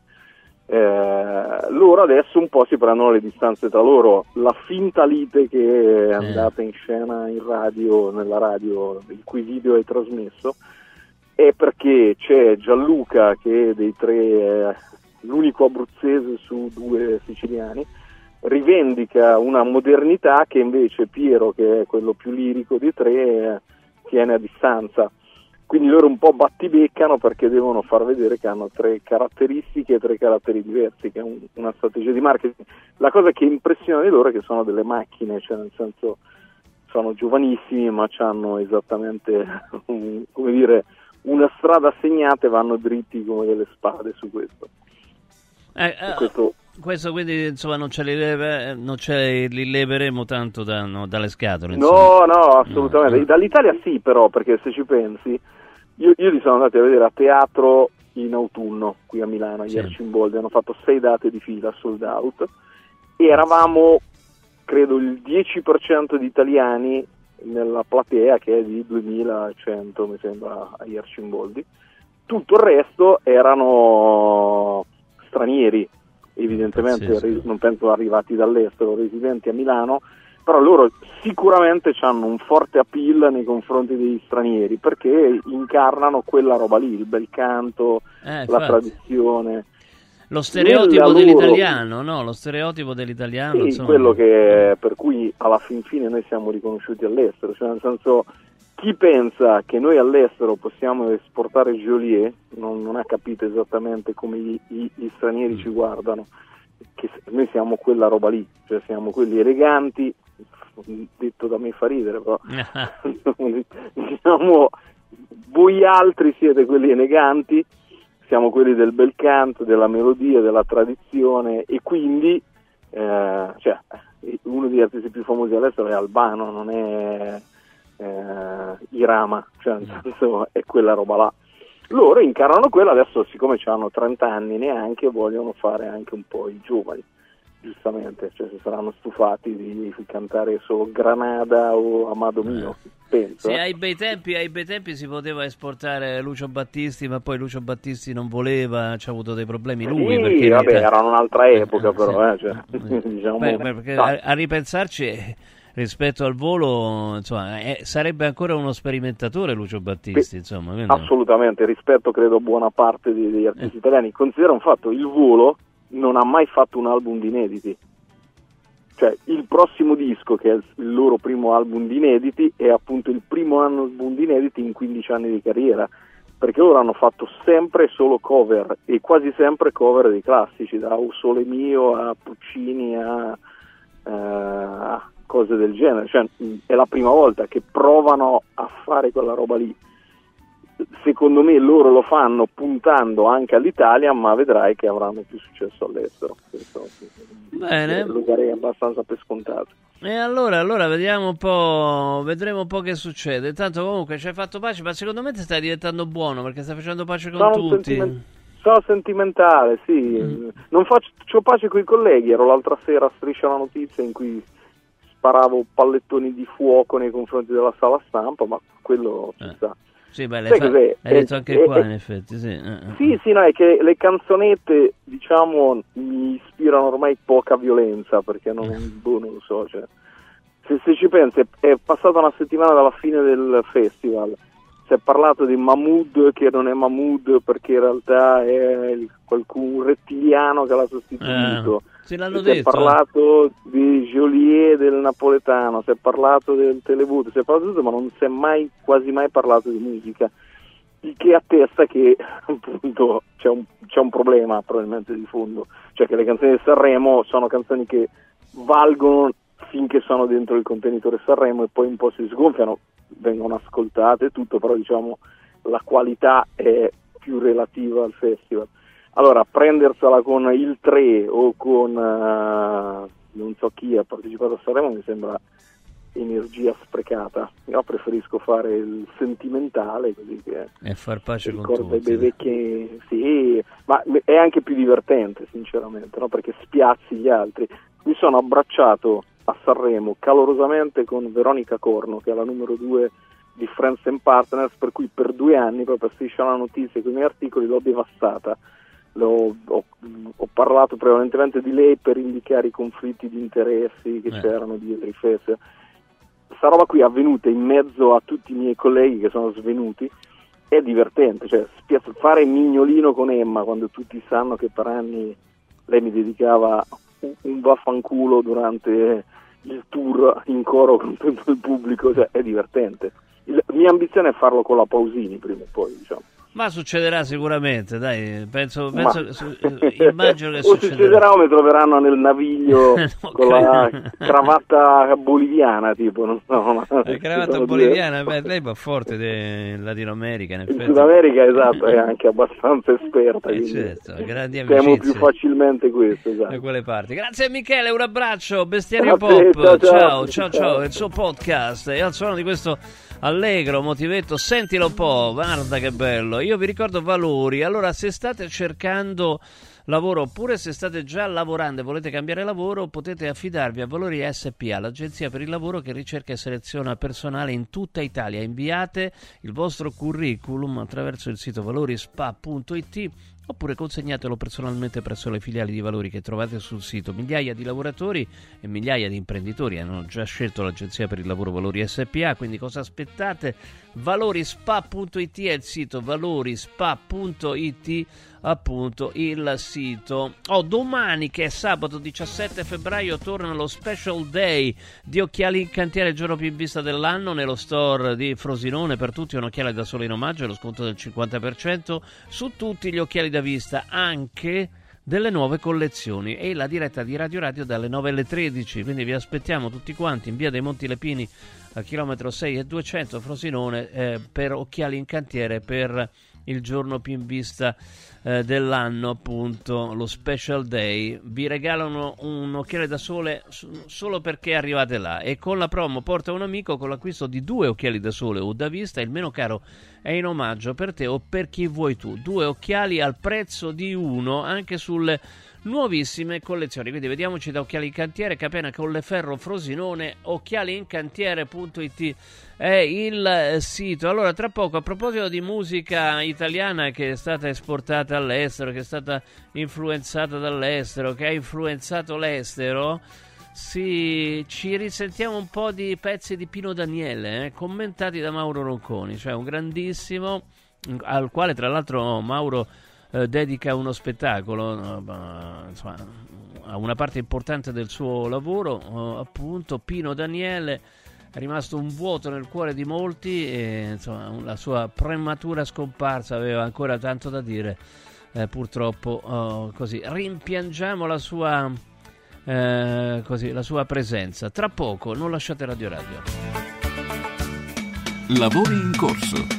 Eh, loro adesso un po' si prendono le distanze tra loro. La finta lite che è andata in scena in radio, nella radio, il cui video è trasmesso, è perché c'è Gianluca che dei tre è l'unico abruzzese su due siciliani, rivendica una modernità che invece Piero, che è quello più lirico dei tre, tiene a distanza. Quindi loro un po' battibeccano perché devono far vedere che hanno tre caratteristiche e tre caratteri diversi, che è un, una strategia di marketing. La cosa che impressiona di loro è che sono delle macchine, cioè nel senso sono giovanissimi ma hanno esattamente un, come dire, una strada segnata e vanno dritti come delle spade su questo. Eh, eh, questo... questo quindi insomma non ce li, leve, non ce li leveremo tanto da, no, dalle scatole. Insomma. No, no, assolutamente. No, no. Dall'Italia sì, però, perché se ci pensi, io, io li sono andati a vedere a teatro in autunno qui a Milano, agli sì. Arcimboldi, hanno fatto sei date di fila sold out e eravamo, credo, il dieci per cento di italiani nella platea, che è di duemilacento mi sembra agli Arcimboldi. Tutto il resto erano stranieri, evidentemente sì, sì. non penso arrivati dall'estero, residenti a Milano, però loro sicuramente hanno un forte appeal nei confronti degli stranieri perché incarnano quella roba lì, il bel canto, eh, la tradizione. Lo stereotipo Nella dell'italiano, loro... no? Lo stereotipo dell'italiano. Sì, insomma. quello che per cui alla fin fine noi siamo riconosciuti all'estero, cioè nel senso, chi pensa che noi all'estero possiamo esportare Joliet non, non ha capito esattamente come gli, gli, gli stranieri mm. ci guardano, che noi siamo quella roba lì, cioè siamo quelli eleganti, detto da me fa ridere, però diciamo voi altri siete quelli eleganti, siamo quelli del bel canto, della melodia, della tradizione, e quindi eh, cioè, uno degli artisti più famosi all'estero è Albano, non è eh, Irama, cioè nel senso è quella roba là. Loro incarnano quello, adesso siccome hanno trenta anni neanche, vogliono fare anche un po' i giovani, giustamente, cioè si saranno stufati di, di cantare solo Granada o Amado Mio, penso. Sì, eh. ai bei tempi, ai bei tempi si poteva esportare Lucio Battisti, ma poi Lucio Battisti non voleva, c'ha avuto dei problemi lui. Sì, perché vabbè, realtà... era un'altra epoca, eh, però, sì. eh, cioè, diciamo... Beh, perché no. a, a ripensarci, rispetto al volo, insomma, è, sarebbe ancora uno sperimentatore Lucio Battisti, insomma. Quindi... Assolutamente, rispetto credo a buona parte dei, degli artisti eh. italiani. Considera un fatto, il Volo non ha mai fatto un album di inediti. Cioè, il prossimo disco, che è il loro primo album di inediti, è appunto il primo album di inediti in quindici anni di carriera, perché loro hanno fatto sempre solo cover, e quasi sempre cover dei classici, da O Sole Mio a Puccini a, uh, a cose del genere. Cioè, è la prima volta che provano a fare quella roba lì. Secondo me loro lo fanno puntando anche all'Italia, ma vedrai che avranno più successo all'estero. Questo, bene, lo darei abbastanza per scontato. E allora, allora vediamo un po', vedremo un po' che succede. Intanto comunque ci hai fatto pace, ma secondo me ti stai diventando buono perché stai facendo pace con sono tutti. Sentiment- sono sentimentale, sì. Mm. Non faccio c'ho pace con i colleghi. Ero l'altra sera a Striscia la Notizia in cui sparavo pallettoni di fuoco nei confronti della sala stampa, ma quello ci eh. sta. Sì, beh, l'hai, fa- l'hai detto anche è, qua, è, in effetti. Sì. sì, sì, no, è che le canzonette, diciamo, mi ispirano ormai poca violenza, perché non, boh, non lo so, cioè, se, se ci pensi, è passata una settimana dalla fine del festival, si è parlato di Mahmood, che non è Mahmood perché in realtà è il, qualcun rettiliano che l'ha sostituito. Eh, sì, l'hanno si detto. è parlato eh. di Joliet del napoletano, si è parlato del televoto, si è parlato di tutto, ma non si è mai, quasi mai parlato di musica, il che attesta che appunto c'è un, c'è un problema probabilmente di fondo, cioè che le canzoni di Sanremo sono canzoni che valgono finché sono dentro il contenitore Sanremo e poi un po' si sgonfiano, vengono ascoltate e tutto, però diciamo la qualità è più relativa al festival. Allora, prendersela con il tre o con uh, non so chi ha partecipato a Sanremo mi sembra energia sprecata. Io preferisco fare il sentimentale, così che e far pace con tutti. tutti. Vecchi, sì, ma è anche più divertente, sinceramente, no? Perché spiazzi gli altri. Mi sono abbracciato a Sanremo calorosamente con Veronica Corno, che è la numero due di Friends and Partners, per cui per due anni proprio Striscia la Notizia con i miei articoli l'ho devastata. L'ho, ho, ho parlato prevalentemente di lei per indicare i conflitti di interessi che eh. c'erano dietro i festival. Sta roba qui è avvenuta in mezzo a tutti i miei colleghi che sono svenuti, è divertente, cioè spiazz- fare mignolino con Emma quando tutti sanno che per anni lei mi dedicava un, un vaffanculo durante il tour in coro con tutto il pubblico, cioè è divertente. La mia ambizione è farlo con la Pausini prima o poi, diciamo. Ma succederà sicuramente, dai, penso, penso Ma... su, immagino che o succederà. succederà o mi troveranno nel naviglio con la cravatta boliviana, tipo, non so. Ma... La cravatta boliviana, beh, lei va forte in Latino America, in effetti. In Sud America, esatto, è anche abbastanza esperta, eh, certo, grandi amicizie. Temo più facilmente questo, esatto. Da quelle parti. Grazie a Michele, un abbraccio, Bestiario Grazie, Pop, ciao ciao, ciao, ciao, ciao, ciao, il suo podcast e al suono di questo allegro motivetto, sentilo un po', guarda che bello. Io vi ricordo Valori. Allora, se state cercando lavoro oppure se state già lavorando e volete cambiare lavoro, potete affidarvi a Valori S P A, l'agenzia per il lavoro che ricerca e seleziona personale in tutta Italia. Inviate il vostro curriculum attraverso il sito valorispa punto it oppure consegnatelo personalmente presso le filiali di Valori che trovate sul sito. Migliaia di lavoratori e migliaia di imprenditori hanno già scelto l'agenzia per il lavoro Valori S P A, quindi cosa aspettate? valorispa punto it è il sito, valorispa punto it appunto il sito. Oh, domani che è sabato diciassette febbraio torna lo special day di occhiali in cantiere, il giorno più in vista dell'anno nello store di Frosinone. Per tutti un occhiale da sole in omaggio e lo sconto del cinquanta per cento su tutti gli occhiali da vista, anche delle nuove collezioni, e la diretta di Radio Radio dalle nove alle tredici, quindi vi aspettiamo tutti quanti in via dei Monti Lepini a chilometro sei e duecento Frosinone, eh, per occhiali in cantiere per il giorno più in vista eh, dell'anno, appunto lo Special Day. Vi regalano un occhiale da sole solo perché arrivate là, e con la promo Porta un amico, con l'acquisto di due occhiali da sole o da vista, il meno caro è in omaggio per te o per chi vuoi tu. Due occhiali al prezzo di uno anche sulle nuovissime collezioni. Quindi vediamoci da Occhiali in Cantiere, Capena Colleferro Frosinone. Occhialiincantiere punto it è il sito. Allora, tra poco, a proposito di musica italiana che è stata esportata all'estero, che è stata influenzata dall'estero, che ha influenzato l'estero, sì, ci risentiamo un po' di pezzi di Pino Daniele, eh, commentati da Mauro Ronconi, cioè un grandissimo, al quale tra l'altro Mauro Eh, dedica uno spettacolo, eh, insomma, a una parte importante del suo lavoro, eh, appunto Pino Daniele. È rimasto un vuoto nel cuore di molti e insomma la sua prematura scomparsa aveva ancora tanto da dire, eh, purtroppo, oh, così rimpiangiamo la sua eh, così, la sua presenza. Tra poco, non lasciate Radio Radio. Lavori in corso.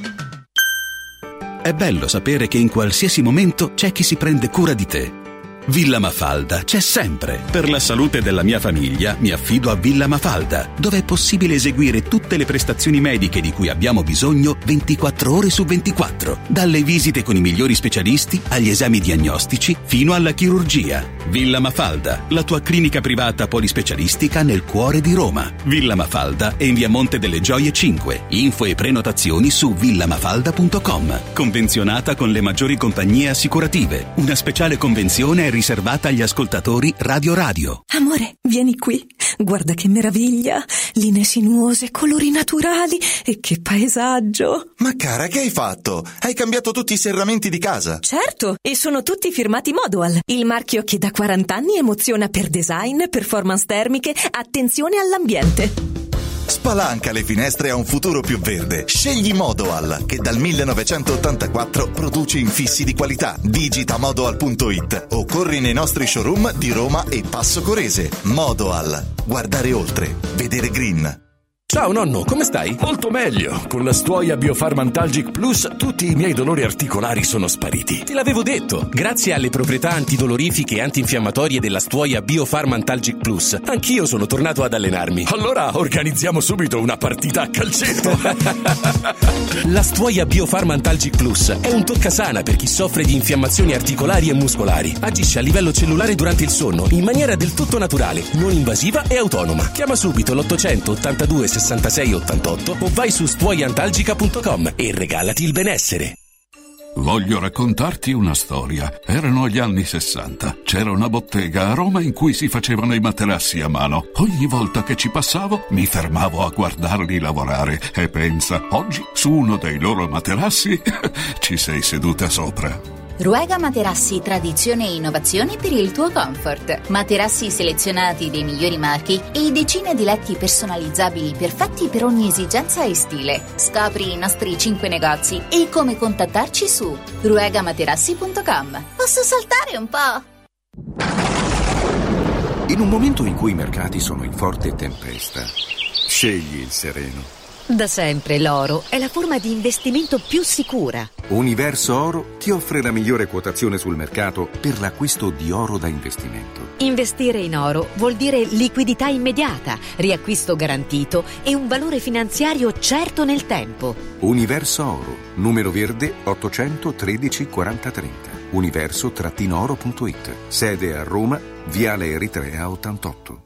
È bello sapere che in qualsiasi momento c'è chi si prende cura di te. Villa Mafalda c'è sempre. Per la salute della mia famiglia mi affido a Villa Mafalda, dove è possibile eseguire tutte le prestazioni mediche di cui abbiamo bisogno ventiquattro ore su ventiquattro, dalle visite con i migliori specialisti agli esami diagnostici fino alla chirurgia. Villa Mafalda, la tua clinica privata polispecialistica nel cuore di Roma. Villa Mafalda è in via Monte delle Gioie cinque. Info e prenotazioni su villamafalda punto com. Convenzionata con le maggiori compagnie assicurative. Una speciale convenzione è riservata agli ascoltatori Radio Radio. Amore, vieni qui. Guarda che meraviglia. Linee sinuose, colori naturali e che paesaggio. Ma cara, che hai fatto? Hai cambiato tutti i serramenti di casa? Certo, e sono tutti firmati Modoal, il marchio che da quaranta anni emoziona per design, performance termiche, attenzione all'ambiente. Spalanca le finestre a un futuro più verde. Scegli Modoal, che dal millenovecentottantaquattro produce infissi di qualità. Digita modoal punto it o corri nei nostri showroom di Roma e Passo Corese. Modoal. Guardare oltre. Vedere green. Ciao nonno, come stai? Molto meglio. Con la Stuoia Biofarmantalgic Plus tutti i miei dolori articolari sono spariti. Te l'avevo detto. Grazie alle proprietà antidolorifiche e antinfiammatorie della Stuoia Biofarmantalgic Plus, anch'io sono tornato ad allenarmi. Allora organizziamo subito una partita a calcetto. La Stuoia Biofarmantalgic Plus è un toccasana per chi soffre di infiammazioni articolari e muscolari. Agisce a livello cellulare durante il sonno in maniera del tutto naturale, non invasiva e autonoma. Chiama subito l'ottocento ottantadue sessantasei ottantotto o vai su stuoiantalgica punto com e regalati il benessere. Voglio raccontarti una storia. Erano gli anni sessanta. C'era una bottega a Roma in cui si facevano i materassi a mano. Ogni volta che ci passavo mi fermavo a guardarli lavorare e pensa, oggi su uno dei loro materassi ci sei seduta sopra. Ruega Materassi, tradizione e innovazione per il tuo comfort. Materassi selezionati dei migliori marchi e decine di letti personalizzabili perfetti per ogni esigenza e stile. Scopri i nostri cinque negozi e come contattarci su ruega materassi punto com. Posso saltare un po'? In un momento in cui i mercati sono in forte tempesta, scegli il sereno. Da sempre l'oro è la forma di investimento più sicura. Universo Oro ti offre la migliore quotazione sul mercato per l'acquisto di oro da investimento. Investire in oro vuol dire liquidità immediata, riacquisto garantito e un valore finanziario certo nel tempo. Universo Oro, numero verde ottocentotredici quaranta trenta. universo oro punto it. Sede a Roma, Viale Eritrea ottantotto.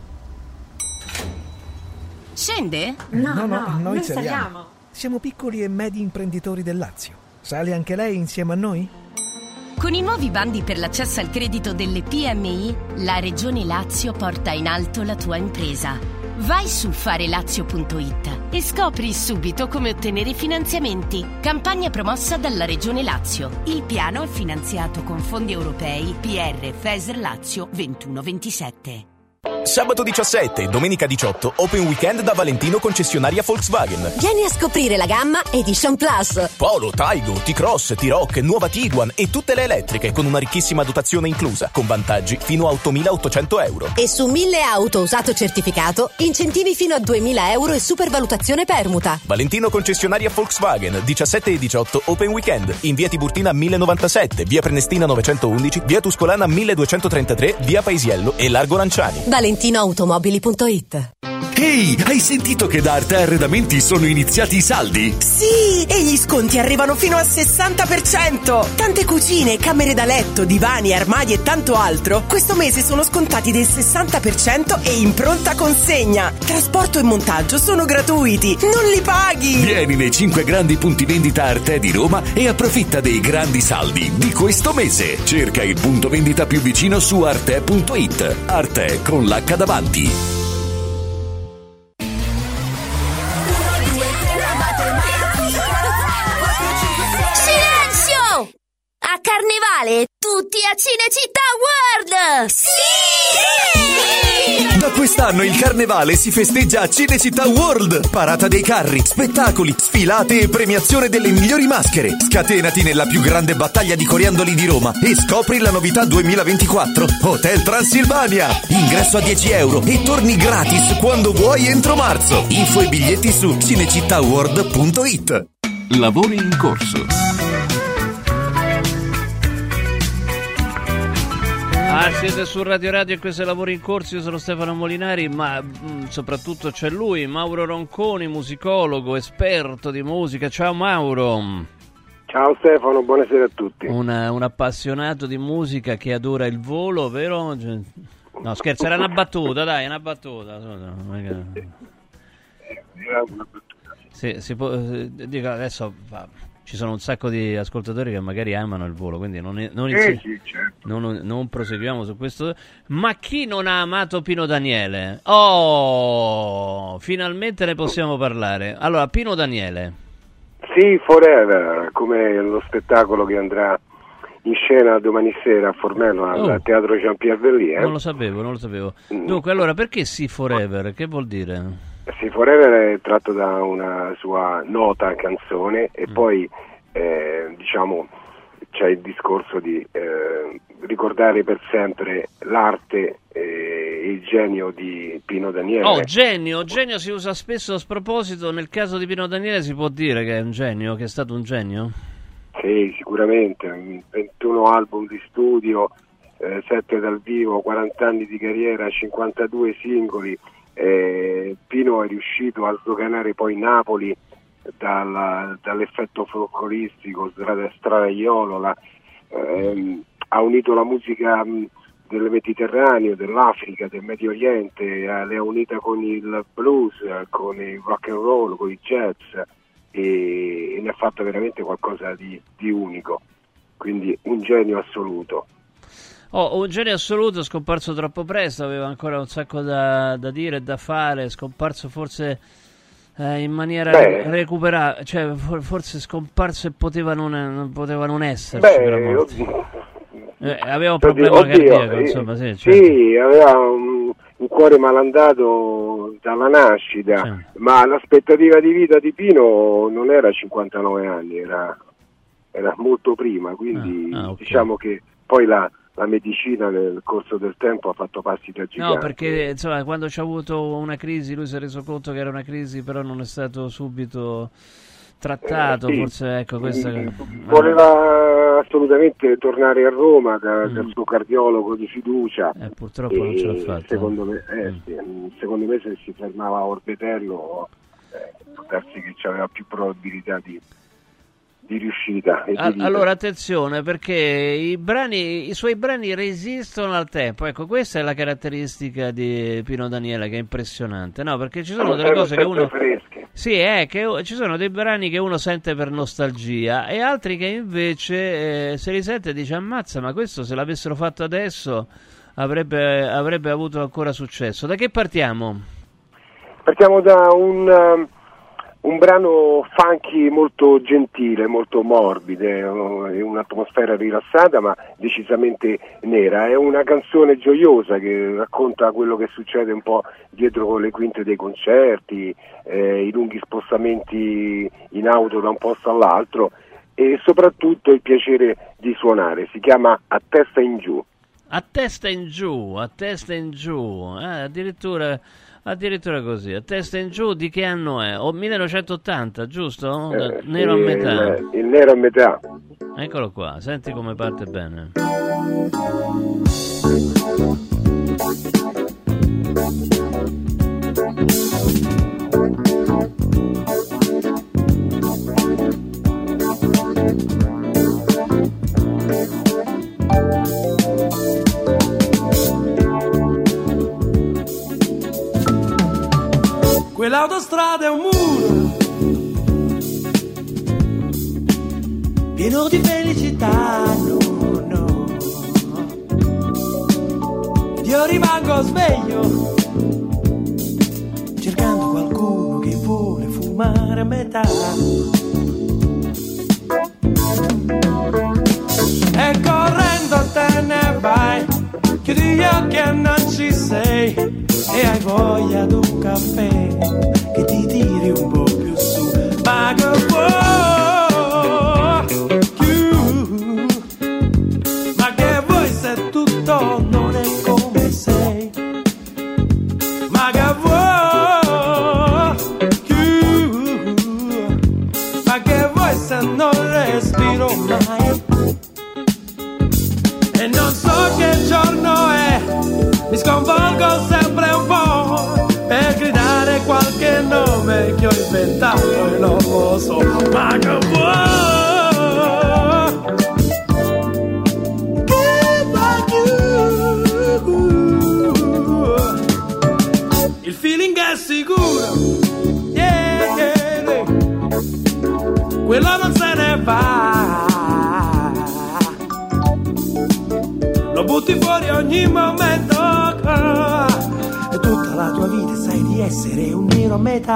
Scende? No, no, no, noi, noi saliamo. saliamo. Siamo piccoli e medi imprenditori del Lazio. Sale anche lei insieme a noi? Con i nuovi bandi per l'accesso al credito delle P M I, la Regione Lazio porta in alto la tua impresa. Vai su farelazio punto it e scopri subito come ottenere finanziamenti. Campagna promossa dalla Regione Lazio. Il piano è finanziato con fondi europei P R F E S R Lazio ventuno ventisette. Sabato diciassette e domenica diciotto, Open Weekend da Valentino concessionaria Volkswagen. Vieni a scoprire la gamma Edition Plus. Polo, Taigo, T-Cross, T-Roc, nuova Tiguan e tutte le elettriche con una ricchissima dotazione inclusa, con vantaggi fino a ottomilaottocento euro. E su mille auto usato certificato, incentivi fino a duemila euro e supervalutazione permuta. Valentino concessionaria Volkswagen, diciassette e diciotto Open Weekend, in via Tiburtina millenovantasette, via Prenestina novecentoundici, via Tuscolana milleduecentotrentatré, via Paisiello e Largo Lanciani. valentinoautomobili punto it. Ehi, hai sentito che da Arte Arredamenti sono iniziati i saldi? Sì, e gli sconti arrivano fino al sessanta per cento. Tante cucine, camere da letto, divani, armadi e tanto altro questo mese sono scontati del sessanta per cento e in pronta consegna. Trasporto e montaggio sono gratuiti, non li paghi. Vieni nei cinque grandi punti vendita Arte di Roma e approfitta dei grandi saldi di questo mese. Cerca il punto vendita più vicino su arte punto it. Arte con l'H davanti. A Carnevale, tutti a Cinecittà World! Sì! Da quest'anno il Carnevale si festeggia a Cinecittà World. Parata dei carri, spettacoli, sfilate e premiazione delle migliori maschere. Scatenati nella più grande battaglia di coriandoli di Roma e scopri la novità duemilaventiquattro Hotel Transilvania. Ingresso a dieci euro e torni gratis quando vuoi entro marzo. Info e biglietti su cinecittàworld punto it. Lavori in corso. Ah, siete su Radio Radio e questo è Lavori in Corso, io sono Stefano Molinari, ma mh, soprattutto c'è lui, Mauro Ronconi, musicologo, esperto di musica. Ciao Mauro. Ciao Stefano, buonasera a tutti. Una, un appassionato di musica che adora il volo, vero? No, scherzo, era una battuta, dai, una battuta. Sì, si può, dico adesso... Ci sono un sacco di ascoltatori che magari amano il volo, quindi non, non, eh, sì, certo. non, non proseguiamo su questo. Ma chi non ha amato Pino Daniele? Oh, finalmente ne possiamo parlare. Allora, Pino Daniele. Sì, Forever, come lo spettacolo che andrà in scena domani sera a Formello al oh. Teatro Jean-Pierre Verly. Eh? Non lo sapevo, non lo sapevo. Dunque, allora, perché Sì Forever? Che vuol dire? Sì, Forever è tratto da una sua nota canzone e mm. poi eh, diciamo c'è il discorso di eh, ricordare per sempre l'arte e il genio di Pino Daniele. Oh, genio, genio si usa spesso a sproposito, nel caso di Pino Daniele si può dire che è un genio, che è stato un genio? Sì, sicuramente, ventuno album di studio, eh, sette dal vivo, quaranta anni di carriera, cinquantadue singoli. Eh, Pino è riuscito a sdoganare poi Napoli dalla, dall'effetto folcloristico straiolo, la, ehm, ha unito la musica mh, del Mediterraneo, dell'Africa, del Medio Oriente, eh, le ha unita con il blues, con il rock and roll, con il jazz e, e ne ha fatto veramente qualcosa di, di unico, quindi un genio assoluto. Oh, un genio assoluto, scomparso troppo presto, aveva ancora un sacco da, da dire e da fare, scomparso forse eh, in maniera Beh. recuperata, cioè for, forse scomparso e poteva non, non, poteva non esserci. Beh, eh, aveva un problema oddio, cardiaco, eh, insomma, sì. Certo. Sì, aveva un, un cuore malandato dalla nascita, sì. Ma l'aspettativa di vita di Pino non era cinquantanove anni, era, era molto prima, quindi ah, ah, okay. Diciamo che poi la La medicina nel corso del tempo ha fatto passi da gigante. No, perché insomma quando c'è avuto una crisi lui si è reso conto che era una crisi, però non è stato subito trattato, eh, sì. Forse ecco questa... Voleva assolutamente tornare a Roma da, mm. dal suo cardiologo di fiducia. Eh, purtroppo non ce l'ha fatta. Secondo me, eh, mm. sì, secondo me se si fermava a Orbetello eh, può darsi che c'aveva più probabilità di... di riuscita e All- di allora attenzione, perché i brani i suoi brani resistono al tempo, ecco, questa è la caratteristica di Pino Daniele che è impressionante, no? Perché ci sono, sono delle cose che uno fresche. sì, è che ci sono dei brani che uno sente per nostalgia e altri che invece eh, se li sente e dice ammazza, ma questo se l'avessero fatto adesso avrebbe, avrebbe avuto ancora successo. Da che partiamo? Partiamo da un un brano funky molto gentile, molto morbide, è un'atmosfera rilassata ma decisamente nera, è una canzone gioiosa che racconta quello che succede un po' dietro le quinte dei concerti, eh, i lunghi spostamenti in auto da un posto all'altro e soprattutto il piacere di suonare. Si chiama A Testa in Giù. A testa in giù, a testa in giù, eh, addirittura, addirittura così, a testa in giù. Di che anno è? O millenovecentottanta, giusto? Eh, nero sì, a metà. Il, il nero a metà. Eccolo qua, senti come parte bene. Quell'autostrada è un muro pieno di felicità, no, no. Ed io rimango sveglio cercando qualcuno che vuole fumare a metà. E correndo te ne vai, chiudi gli occhi e non ci sei, e hai voglia d'un caffè che ti tiri un po' più su. Ma che vuoi più? Ma che vuoi se tutto non è come sei? Ma che vuoi più? Ma che vuoi se non respiro mai? E non so che giorno è, mi sconvolgo sempre un po' per gridare qualche nome che ho inventato e non lo so. Ma che vuoi? Give back you. Il feeling è sicuro, yeah, yeah, yeah. Quello non se ne va, lo butti fuori ogni momento, e tutta la tua vita sai di essere un nero a metà.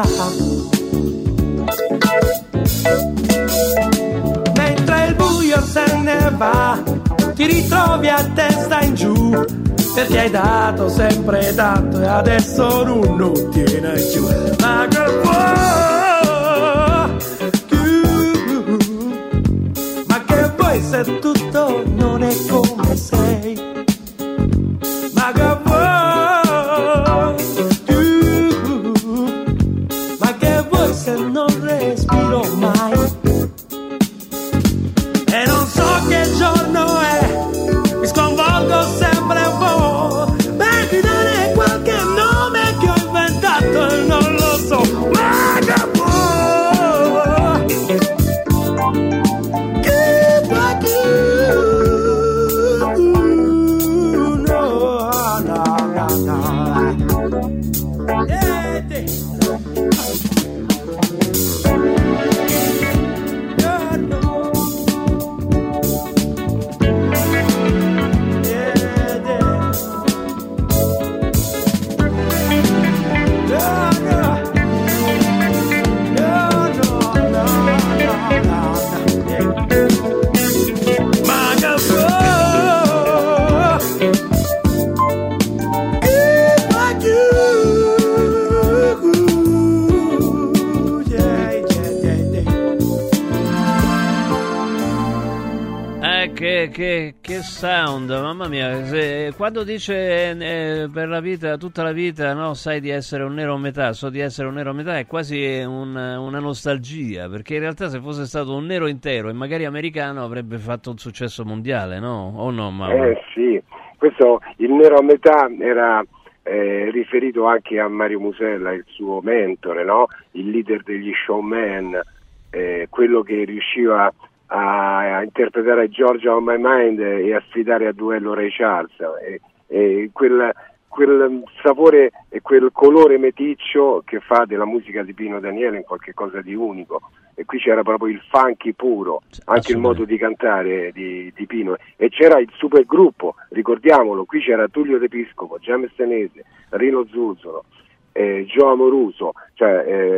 Mentre il buio se ne va, ti ritrovi a testa in giù, perché hai dato sempre tanto e adesso non, non tieni giù. Ma che vuoi? Ma che vuoi se tutto non è come sei? Ma che vuoi? Ma che vuoi se non respiro mai? E non so che giorno è, mi sconvolgo sempre un po' per gridare qualche nome che ho inventato e non lo so. Ma che vuoi? Give back you. Che, che, che sound, mamma mia. Se, quando dice eh, per la vita, tutta la vita, no, sai di essere un nero a metà, so di essere un nero a metà, è quasi un, una nostalgia, perché in realtà se fosse stato un nero intero e magari americano avrebbe fatto un successo mondiale, no? O no, Mauro? Eh sì, questo, il nero a metà era eh, riferito anche a Mario Musella, il suo mentore, no? Il leader degli showman, eh, quello che riusciva a interpretare Georgia on My Mind e a sfidare a duello Ray Charles, e, e quel, quel sapore e quel colore meticcio che fa della musica di Pino Daniele in qualche cosa di unico. E qui c'era proprio il funky puro, anche il modo di cantare di, di Pino, e c'era il supergruppo, ricordiamolo, qui c'era Tullio D'Episcopo, Giames Senese, Rino Zuzzolo, eh, Gio Amoruso, cioè eh,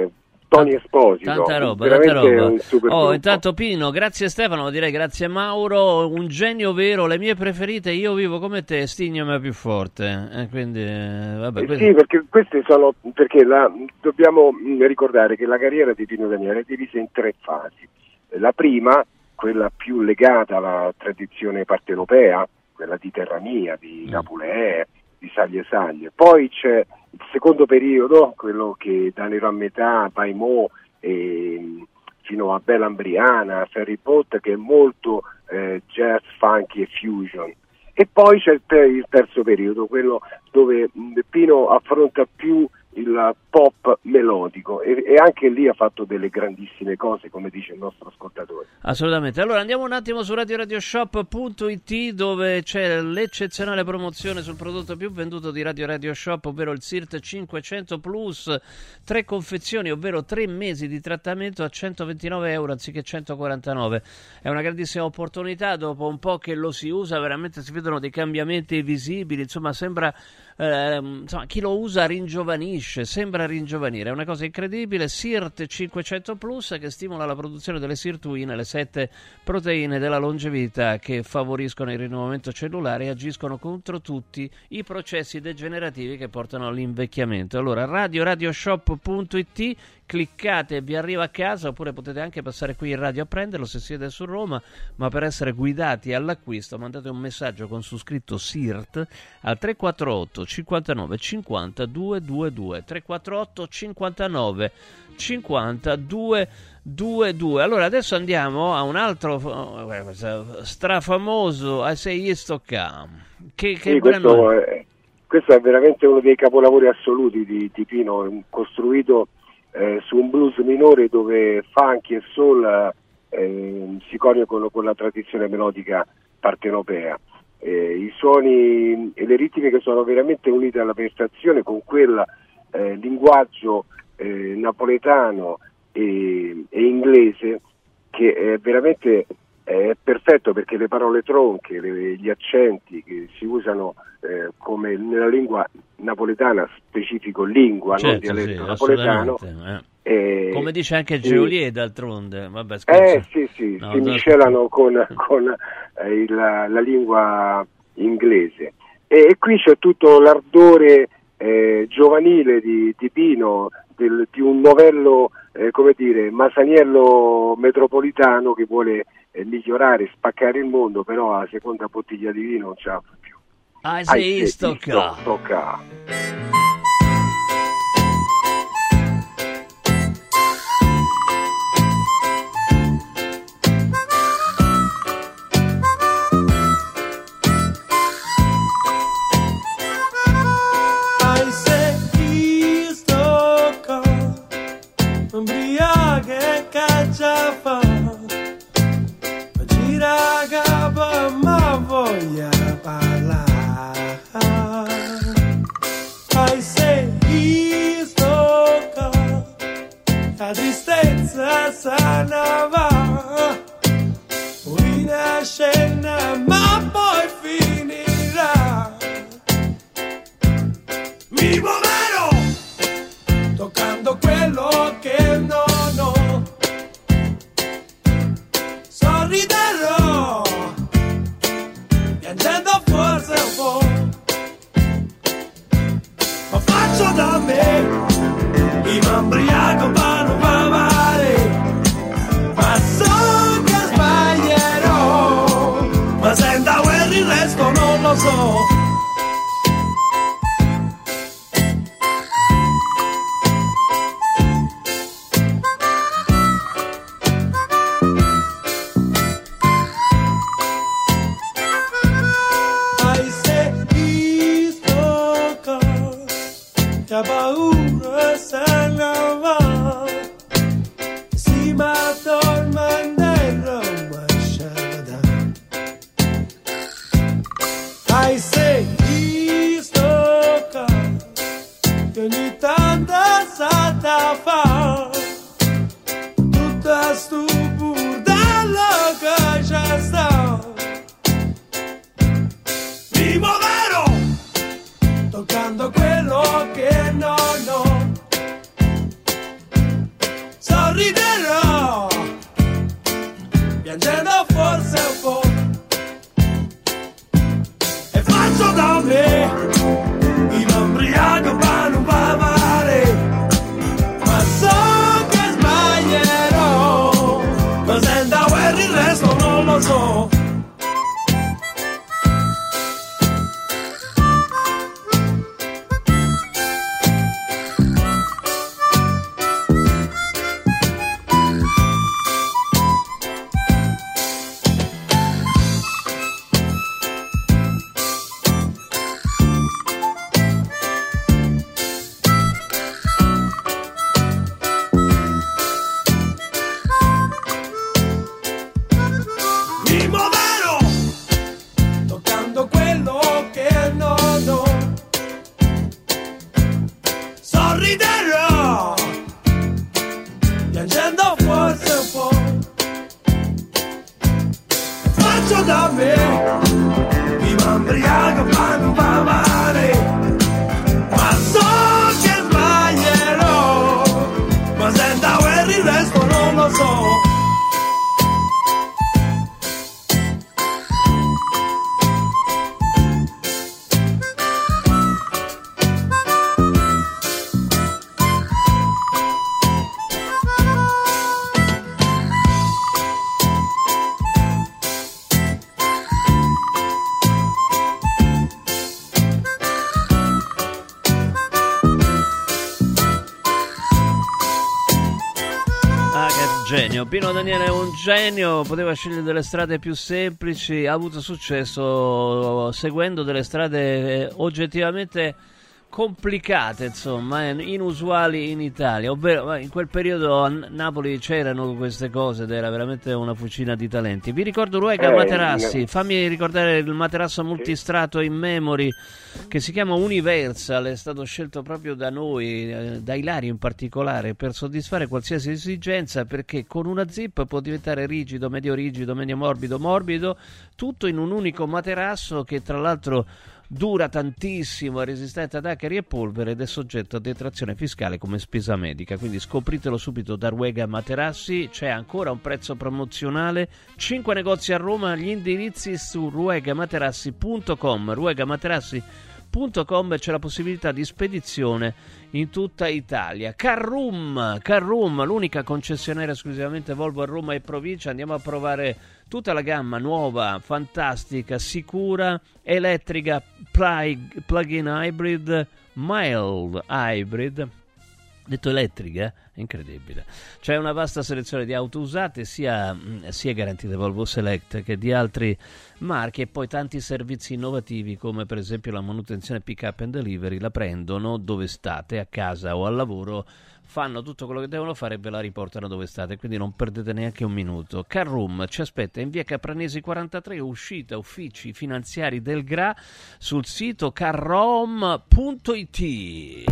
Tony Esposito, tanta roba, veramente tanta roba. un super oh, gruppo. Intanto Pino, grazie Stefano, direi grazie Mauro, un genio vero, le mie preferite, io vivo come te, Stigno è più forte, eh, quindi eh, vabbè. Eh quindi... Sì, perché queste sono, perché la, dobbiamo ricordare che la carriera di Pino Daniele è divisa in tre fasi. La prima, quella più legata alla tradizione partenopea, quella di Terra Mia, di Capulet, di Saglie Saglie. Poi c'è il secondo periodo, quello che da Nero a metà, Paimò, e, fino a Bella Ambriana, Ferry Boat, che è molto eh, jazz, funky e fusion. E poi c'è il, ter- il terzo periodo, quello dove Pino affronta più il pop melodico e, e anche lì ha fatto delle grandissime cose, come dice il nostro ascoltatore. Assolutamente. Allora andiamo un attimo su radio radio shop punto it, dove c'è l'eccezionale promozione sul prodotto più venduto di Radio Radio Shop, ovvero il Sirt cinquecento Plus, tre confezioni, ovvero tre mesi di trattamento a centoventinove euro anziché centoquarantanove. È una grandissima opportunità, dopo un po' che lo si usa veramente si vedono dei cambiamenti visibili, insomma sembra eh, insomma, chi lo usa ringiovanisce, sembra ringiovanire, è una cosa incredibile. Sirt cinquecento Plus, che stimola la produzione delle sirtuine, le sette proteine della longevità che favoriscono il rinnovamento cellulare e agiscono contro tutti i processi degenerativi che portano all'invecchiamento. Allora radio radio shop punto it, cliccate e vi arriva a casa, oppure potete anche passare qui in radio a prenderlo se siete su Roma, ma per essere guidati all'acquisto mandate un messaggio con su scritto Sirt al tre quattro otto cinquantanove cinquanta duecentoventidue, tre quattro otto cinquantanove cinquanta duecentoventidue. Allora adesso andiamo a un altro uh, strafamoso I Say Istocca, che, che sì, questo è, questo è veramente uno dei capolavori assoluti di, di Pino, costruito eh, su un blues minore dove funky e soul eh, si coniugano con la tradizione melodica partenopea. Eh, i suoni e le ritmiche sono veramente unite alla perfezione con quel eh, linguaggio eh, napoletano e, e inglese che è veramente è perfetto, perché le parole tronche, le, gli accenti che si usano eh, come nella lingua napoletana, specifico lingua, certo, non dialetto sì, napoletano. Eh. Eh, come dice anche Geolier, d'altronde. Vabbè, eh sì sì, no, si no, miscelano no. con, con eh, il, la lingua inglese. E, e qui c'è tutto l'ardore eh, giovanile di, di Pino, del, di un novello, eh, come dire, masaniello metropolitano che vuole eh, migliorare, spaccare il mondo, però a seconda bottiglia di vino non ce la fa più. I say Istocca. La tristezza sana va, una scena ma poi finirà. Mi muoverò, toccando quello che non ho, sorriderò, piangendo forse un po', ma faccio da me, mi m'ambriaco per non pavare, ma so che sbaglierò, ma senza quel il resto non lo so. Ai se visto che ha paura se ne va, si matò il mandello masciata. Ai se visto che ogni tanto salta fa, tutta stu burdello che c'è sta. Mi muoverò, toccando quello che non ho, genio, Pino Daniele è un genio, poteva scegliere delle strade più semplici, ha avuto successo seguendo delle strade oggettivamente complicate, insomma, inusuali in Italia, ovvero in quel periodo a Napoli c'erano queste cose ed era veramente una fucina di talenti. Vi ricordo Ruega eh, Materassi, no. fammi ricordare il materasso multistrato in memory che si chiama Universal, è stato scelto proprio da noi, eh, da Ilario in particolare, per soddisfare qualsiasi esigenza, perché con una zip può diventare rigido, medio rigido, medio morbido, morbido, tutto in un unico materasso che tra l'altro dura tantissimo, è resistente ad acari e polvere ed è soggetto a detrazione fiscale come spesa medica, quindi scopritelo subito da Ruega Materassi. C'è ancora un prezzo promozionale, cinque negozi a Roma, gli indirizzi su ruegamaterassi punto com, ruegamaterassi punto com, c'è la possibilità di spedizione in tutta Italia. Carrum, Carrum, l'unica concessionaria esclusivamente Volvo a Roma e provincia. Andiamo a provare tutta la gamma nuova, fantastica, sicura, elettrica, plug, plug-in hybrid, mild hybrid. Detto elettrica, è incredibile. C'è una vasta selezione di auto usate, sia, sia garantite Volvo Select che di altri marchi, e poi tanti servizi innovativi come per esempio la manutenzione pick up and delivery. La prendono dove state, a casa o al lavoro, fanno tutto quello che devono fare e ve la riportano dove state, quindi non perdete neanche un minuto. Carrum ci aspetta in via Capranesi quarantatré, uscita uffici finanziari del G R A, sul sito carrom punto it.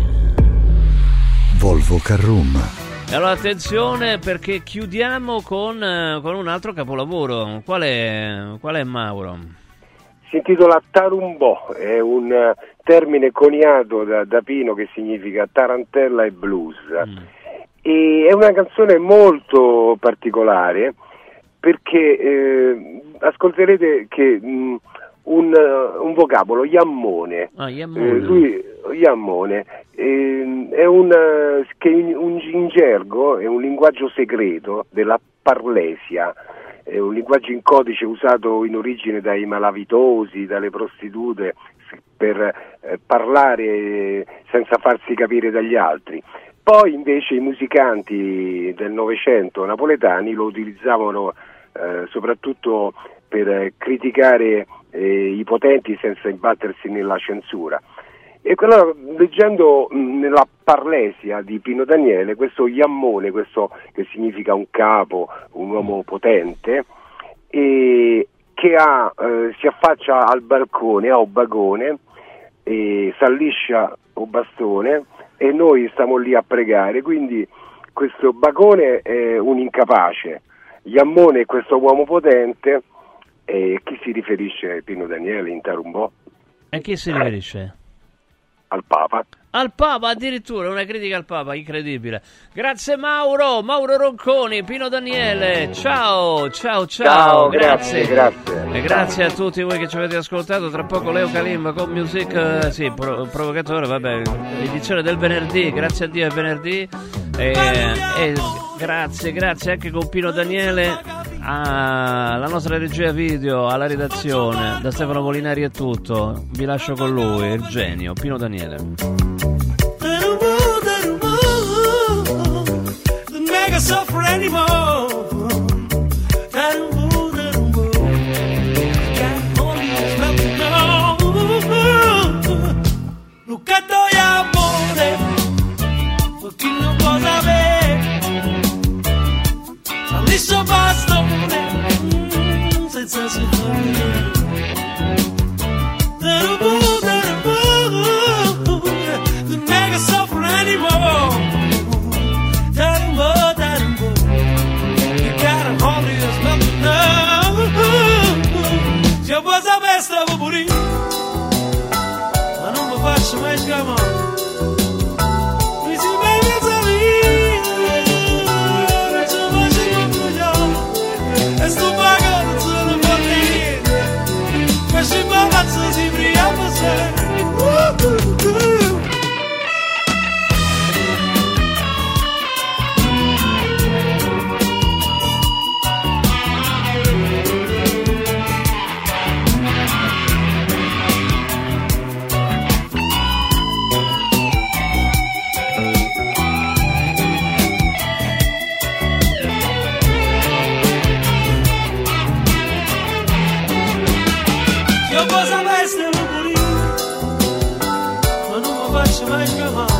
Volvo Carrum. E allora attenzione, perché chiudiamo con, eh, con un altro capolavoro. Qual è, qual è Mauro? Si intitola Tarumbò, è un uh, termine coniato da, da Pino che significa tarantella e blues. Mm. E è una canzone molto particolare perché eh, ascolterete che mh, un, uh, un vocabolo, Iammone, ah, Iammone. Eh, lui Iammone eh, è un, uh, che in, un in gergo, è un linguaggio segreto della Parlesia, è un linguaggio in codice usato in origine dai malavitosi, dalle prostitute, per eh, parlare senza farsi capire dagli altri. Poi invece i musicanti del Novecento napoletani lo utilizzavano eh, soprattutto per eh, criticare eh, i potenti senza imbattersi nella censura. E allora, leggendo mh, nella Parlesia di Pino Daniele, questo Iammone, questo che significa un capo, un uomo potente, e che ha, eh, si affaccia al balcone, a un bagone, e s'alliscia un bastone e noi stiamo lì a pregare. Quindi questo bagone è un incapace, Iammone è questo uomo potente. E chi si riferisce Pino Daniele in Tarumbò? E chi si riferisce? Al Papa. Al Papa, addirittura una critica al Papa, incredibile. Grazie Mauro, Mauro Ronconi, Pino Daniele, ciao, ciao, ciao, ciao grazie. Grazie, grazie. E grazie a tutti voi che ci avete ascoltato. Tra poco Leo Kalimba con Music, eh, sì, pro- provocatore, vabbè, l'edizione del venerdì, grazie a Dio è venerdì. E, e grazie, grazie anche con Pino Daniele, alla nostra regia video, alla redazione, da Stefano Molinari è tutto. Vi lascio con lui, il genio, Pino Daniele. Make us suffer anymore. Nunca doy amore por chi non può sapere. Salisse bastone senza secondo. Make us suffer anymore. Se eu fosse a besta vou morrer, mas não me faço mais camar. Mi si vai mezza vita, non ci faccio confusione. E sto pagando solo per niente, questi palazzi si briamo sempre. una cosa mai stiamo pulire, ma non mi faccio mai chiamare.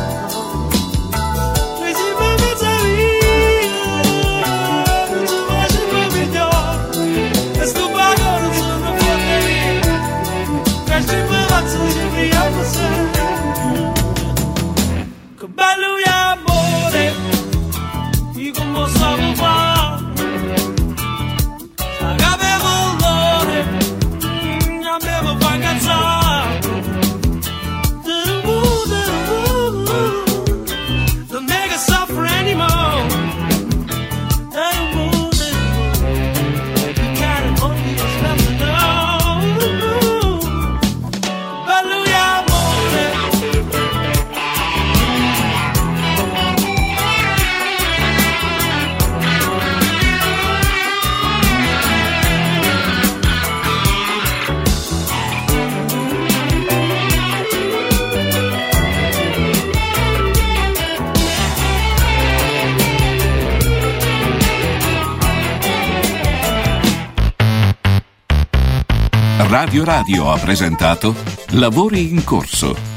Che bello è amore, di come stavo qua, avevo l'ore, avevo fa cazzare, don't make us suffer anymore. Radio Radio ha presentato Lavori in corso.